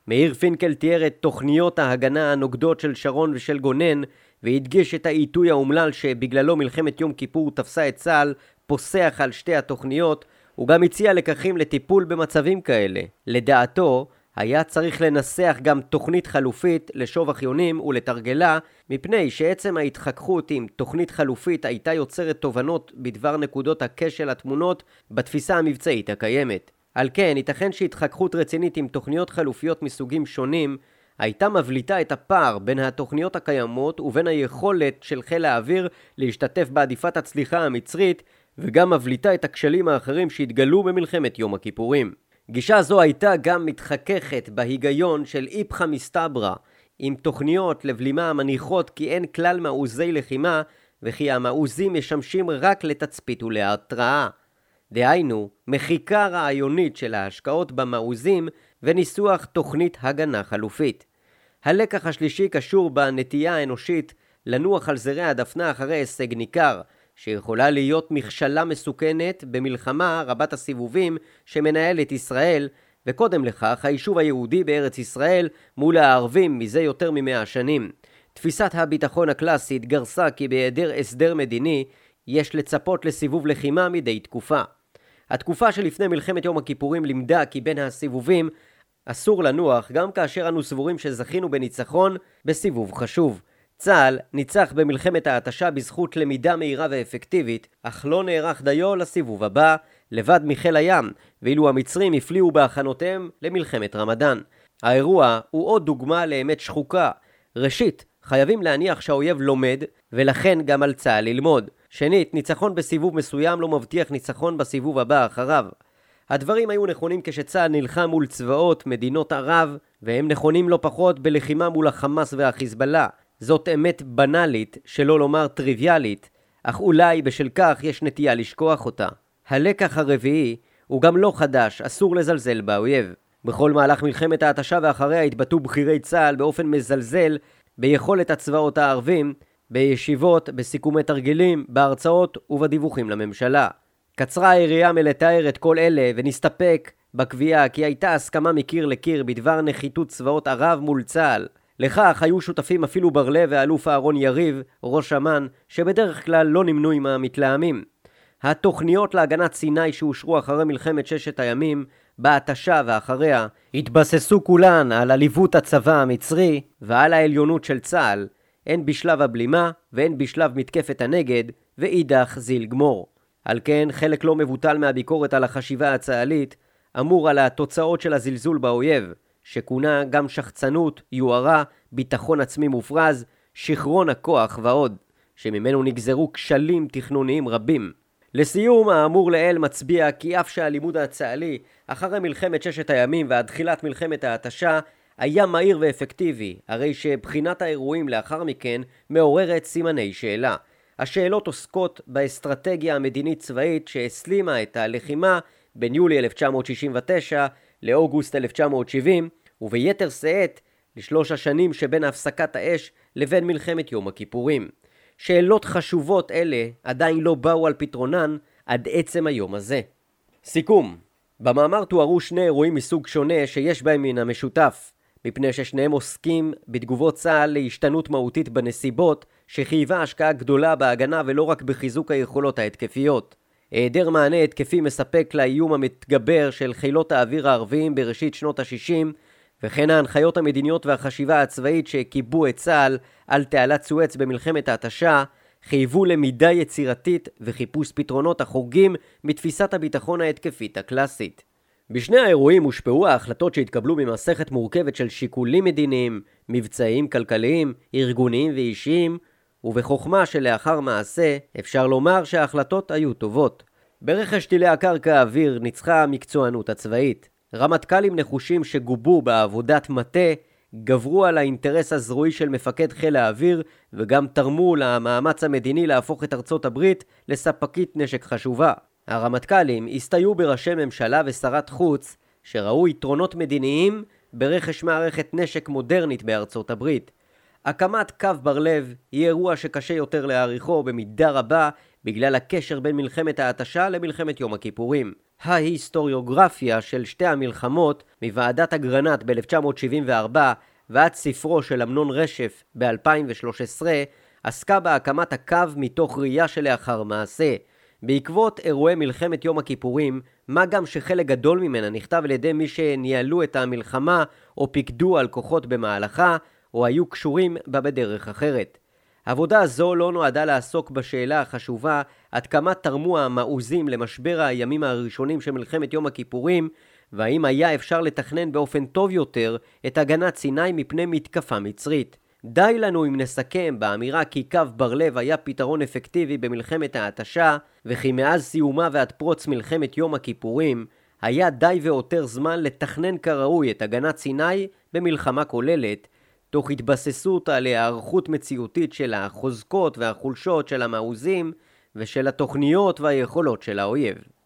מאיר פינקל תיאר את תוכניות ההגנה הנוגדות של שרון ושל גונן, והדגיש את העיתוי האומלל שבגללו מלחמת יום כיפור תפסה את צה"ל פוסח על שתי התוכניות. הוא גם הציע לקחים לטיפול במצבים כאלה. לדעתו, היה צריך לנסח גם תוכנית חלופית לשובח יונים ולתרגלה, מפני שעצם ההתחככות עם תוכנית חלופית הייתה יוצרת תובנות בדבר נקודות הכשל התמונות בתפיסה המבצעית הקיימת. על כן, ייתכן שהתחככות רצינית עם תוכניות חלופיות מסוגים שונים הייתה מבליטה את הפער בין התוכניות הקיימות ובין היכולת של חיל האוויר להשתתף בעדיפת הצליחה המצרית, וגם מבליטה את הכשלים האחרים שהתגלו במלחמת יום הכיפורים. גישה זו הייתה גם מתחככת בהיגיון של איפכא מסתברא, עם תוכניות לבלימה המניחות כי אין כלל מעוזי לחימה, וכי המעוזים משמשים רק לתצפית ולהתראה. דהיינו, מחיקה רעיונית של ההשקעות במעוזים וניסוח תוכנית הגנה חלופית. הלקח השלישי קשור בנטייה האנושית לנוח על זרי הדפנה אחרי הישג ניכר, שיכולה להיות מכשלה מסוכנת במלחמה רבת הסיבובים שמנהלת ישראל, וקודם לכך היישוב היהודי בארץ ישראל מול הערבים מזה יותר ממאה שנים. תפיסת הביטחון הקלאסית גרסה כי בהיעדר הסדר מדיני יש לצפות לסיבוב לחימה מדי תקופה. התקופה שלפני מלחמת יום הכיפורים לימדה כי בין הסיבובים אסור לנוח גם כאשר אנו סבורים שזכינו בניצחון בסיבוב חשוב. צה"ל ניצח במלחמת ההתשה בזכות למידה מהירה ואפקטיבית, אך לא נערך דיו לסיבוב הבא, לבד מחיל הים, ואילו המצרים הפליאו בהכנותיהם למלחמת רמדאן. האירוע הוא עוד דוגמה לאמת שחוקה. ראשית, חייבים להניח שהאויב לומד, ולכן גם על צה"ל ללמוד. שנית, ניצחון בסיבוב מסוים לא מבטיח ניצחון בסיבוב הבא אחריו. הדברים היו נכונים כשצה"ל נלחם מול צבאות מדינות ערב, והם נכונים לא פחות בלחימה מול החמאס והחיזבאללה. זאת אמת בנאלית, שלא לומר טריוויאלית, אך אולי בשל כך יש נטייה לשכוח אותה. הלקח הרביעי הוא גם לא חדש, אסור לזלזל באויב. בכל מהלך מלחמת ההתשה ואחריה התבטאו בכירי צה"ל באופן מזלזל ביכולת הצבאות הערבים, בישיבות, בסיכומי תרגילים, בהרצאות ובדיווחים לממשלה. קצרה היריעה מלתאר את כל אלה ונסתפק בקביעה כי הייתה הסכמה מקיר לקיר בדבר נחיתות צבאות ערב מול צה"ל. לכך היו שותפים אפילו ברלב ואלוף אהרון יריב, ראש אמ"ן, שבדרך כלל לא נמנו עם המתלהמים. התוכניות להגנת סיני שאושרו אחרי מלחמת ששת הימים, בהתשה ואחריה, התבססו כולן על עליבות הצבא המצרי ועל העליונות של צה"ל, הן בשלב הבלימה והן בשלב מתקפת הנגד, ואידך זיל גמור. על כן, חלק לא מבוטל מהביקורת על החשיבה הצה"לית אמור על התוצאות של הזלזול באויב, שכונה גם שחצנות, יוהרה, ביטחון עצמי מופרז, שכרון הכוח ועוד, שממנו נגזרו כשלים תכנוניים רבים. לסיום, האמור לאל מצביע כי אף שהלימוד הצה"לי אחרי מלחמת ששת הימים ועד תחילת מלחמת ההתשה היה מהיר ואפקטיבי, הרי שבחינת האירועים לאחר מכן מעוררת סימני שאלה. השאלות עוסקות באסטרטגיה המדינית צבאית שהסלימה את הלחימה בין יולי אלף תשע מאות שישים ותשע לאוגוסט אלף תשע מאות שבעים, וביתר שאת לשלוש השנים שבין הפסקת האש לבין מלחמת יום הכיפורים. שאלות חשובות אלה עדיין לא באו על פתרונן עד עצם היום הזה. סיכום, במאמר תוארו שני אירועים מסוג שונה שיש בהם מן המשותף, מפני ששניהם עוסקים בתגובות צה"ל להשתנות מהותית בנסיבות שחייבה השקעה גדולה בהגנה ולא רק בחיזוק היכולות ההתקפיות. היעדר מענה התקפי מספק לאיום המתגבר של חילות האוויר הערביים בראשית שנות ה-שישים, וכן ההנחיות המדיניות והחשיבה הצבאית שקיבו את צה"ל על תעלת סואץ במלחמת ההתשה, חייבו למידה יצירתית וחיפוש פתרונות החורגים מתפיסת הביטחון ההתקפית הקלאסית. בשני האירועים הושפעו ההחלטות שהתקבלו ממסכת מורכבת של שיקולים מדיניים, מבצעיים, כלכליים, ארגוניים ואישיים, ובחוכמה שלאחר מעשה אפשר לומר שההחלטות היו טובות. ברכש טילי הקרקע האוויר ניצחה המקצוענות הצבאית. רמטכ"לים נחושים שגובו בעבודת מטה גברו על האינטרס הזרועי של מפקד חיל האוויר וגם תרמו למאמץ המדיני להפוך את ארצות הברית לספקית נשק חשובה. הרמטכ"לים הסתייעו בראשי ממשלה ושרת חוץ שראו יתרונות מדיניים ברכש מערכת נשק מודרנית בארצות הברית. הקמת קו ברלב היא אירוע שקשה יותר להעריכו במידה רבה בגלל הקשר בין מלחמת ההתשה למלחמת יום הכיפורים. ההיסטוריוגרפיה של שתי המלחמות מוועדת אגרנט ב-אלף תשע מאות שבעים וארבע ועד ספרו של אמנון רשף ב-אלפיים ושלוש עשרה עסקה בהקמת הקו מתוך ראייה שלאחר מעשה. בעקבות אירועי מלחמת יום הכיפורים, מה גם שחלק גדול ממנה נכתב על ידי מי שניהלו את המלחמה או פיקדו על כוחות במהלכה או היו קשורים בה בדרך אחרת. עבודה זו לא נועדה לעסוק בשאלה החשובה עד כמה תרמו המעוזים למשבר הימים הראשונים של מלחמת יום הכיפורים, והאם היה אפשר לתכנן באופן טוב יותר את הגנת סיני מפני מתקפה מצרית. די לנו אם נסכם באמירה כי קו בר לב היה פתרון אפקטיבי במלחמת ההתשה, וכי מאז סיומה ועד פרוץ מלחמת יום הכיפורים, היה די ויותר זמן לתכנן כראוי את הגנת סיני במלחמה כוללת, תוך התבססות על הערכות מציאותית של החוזקות והחולשות של המעוזים ושל התוכניות והיכולות של האויב.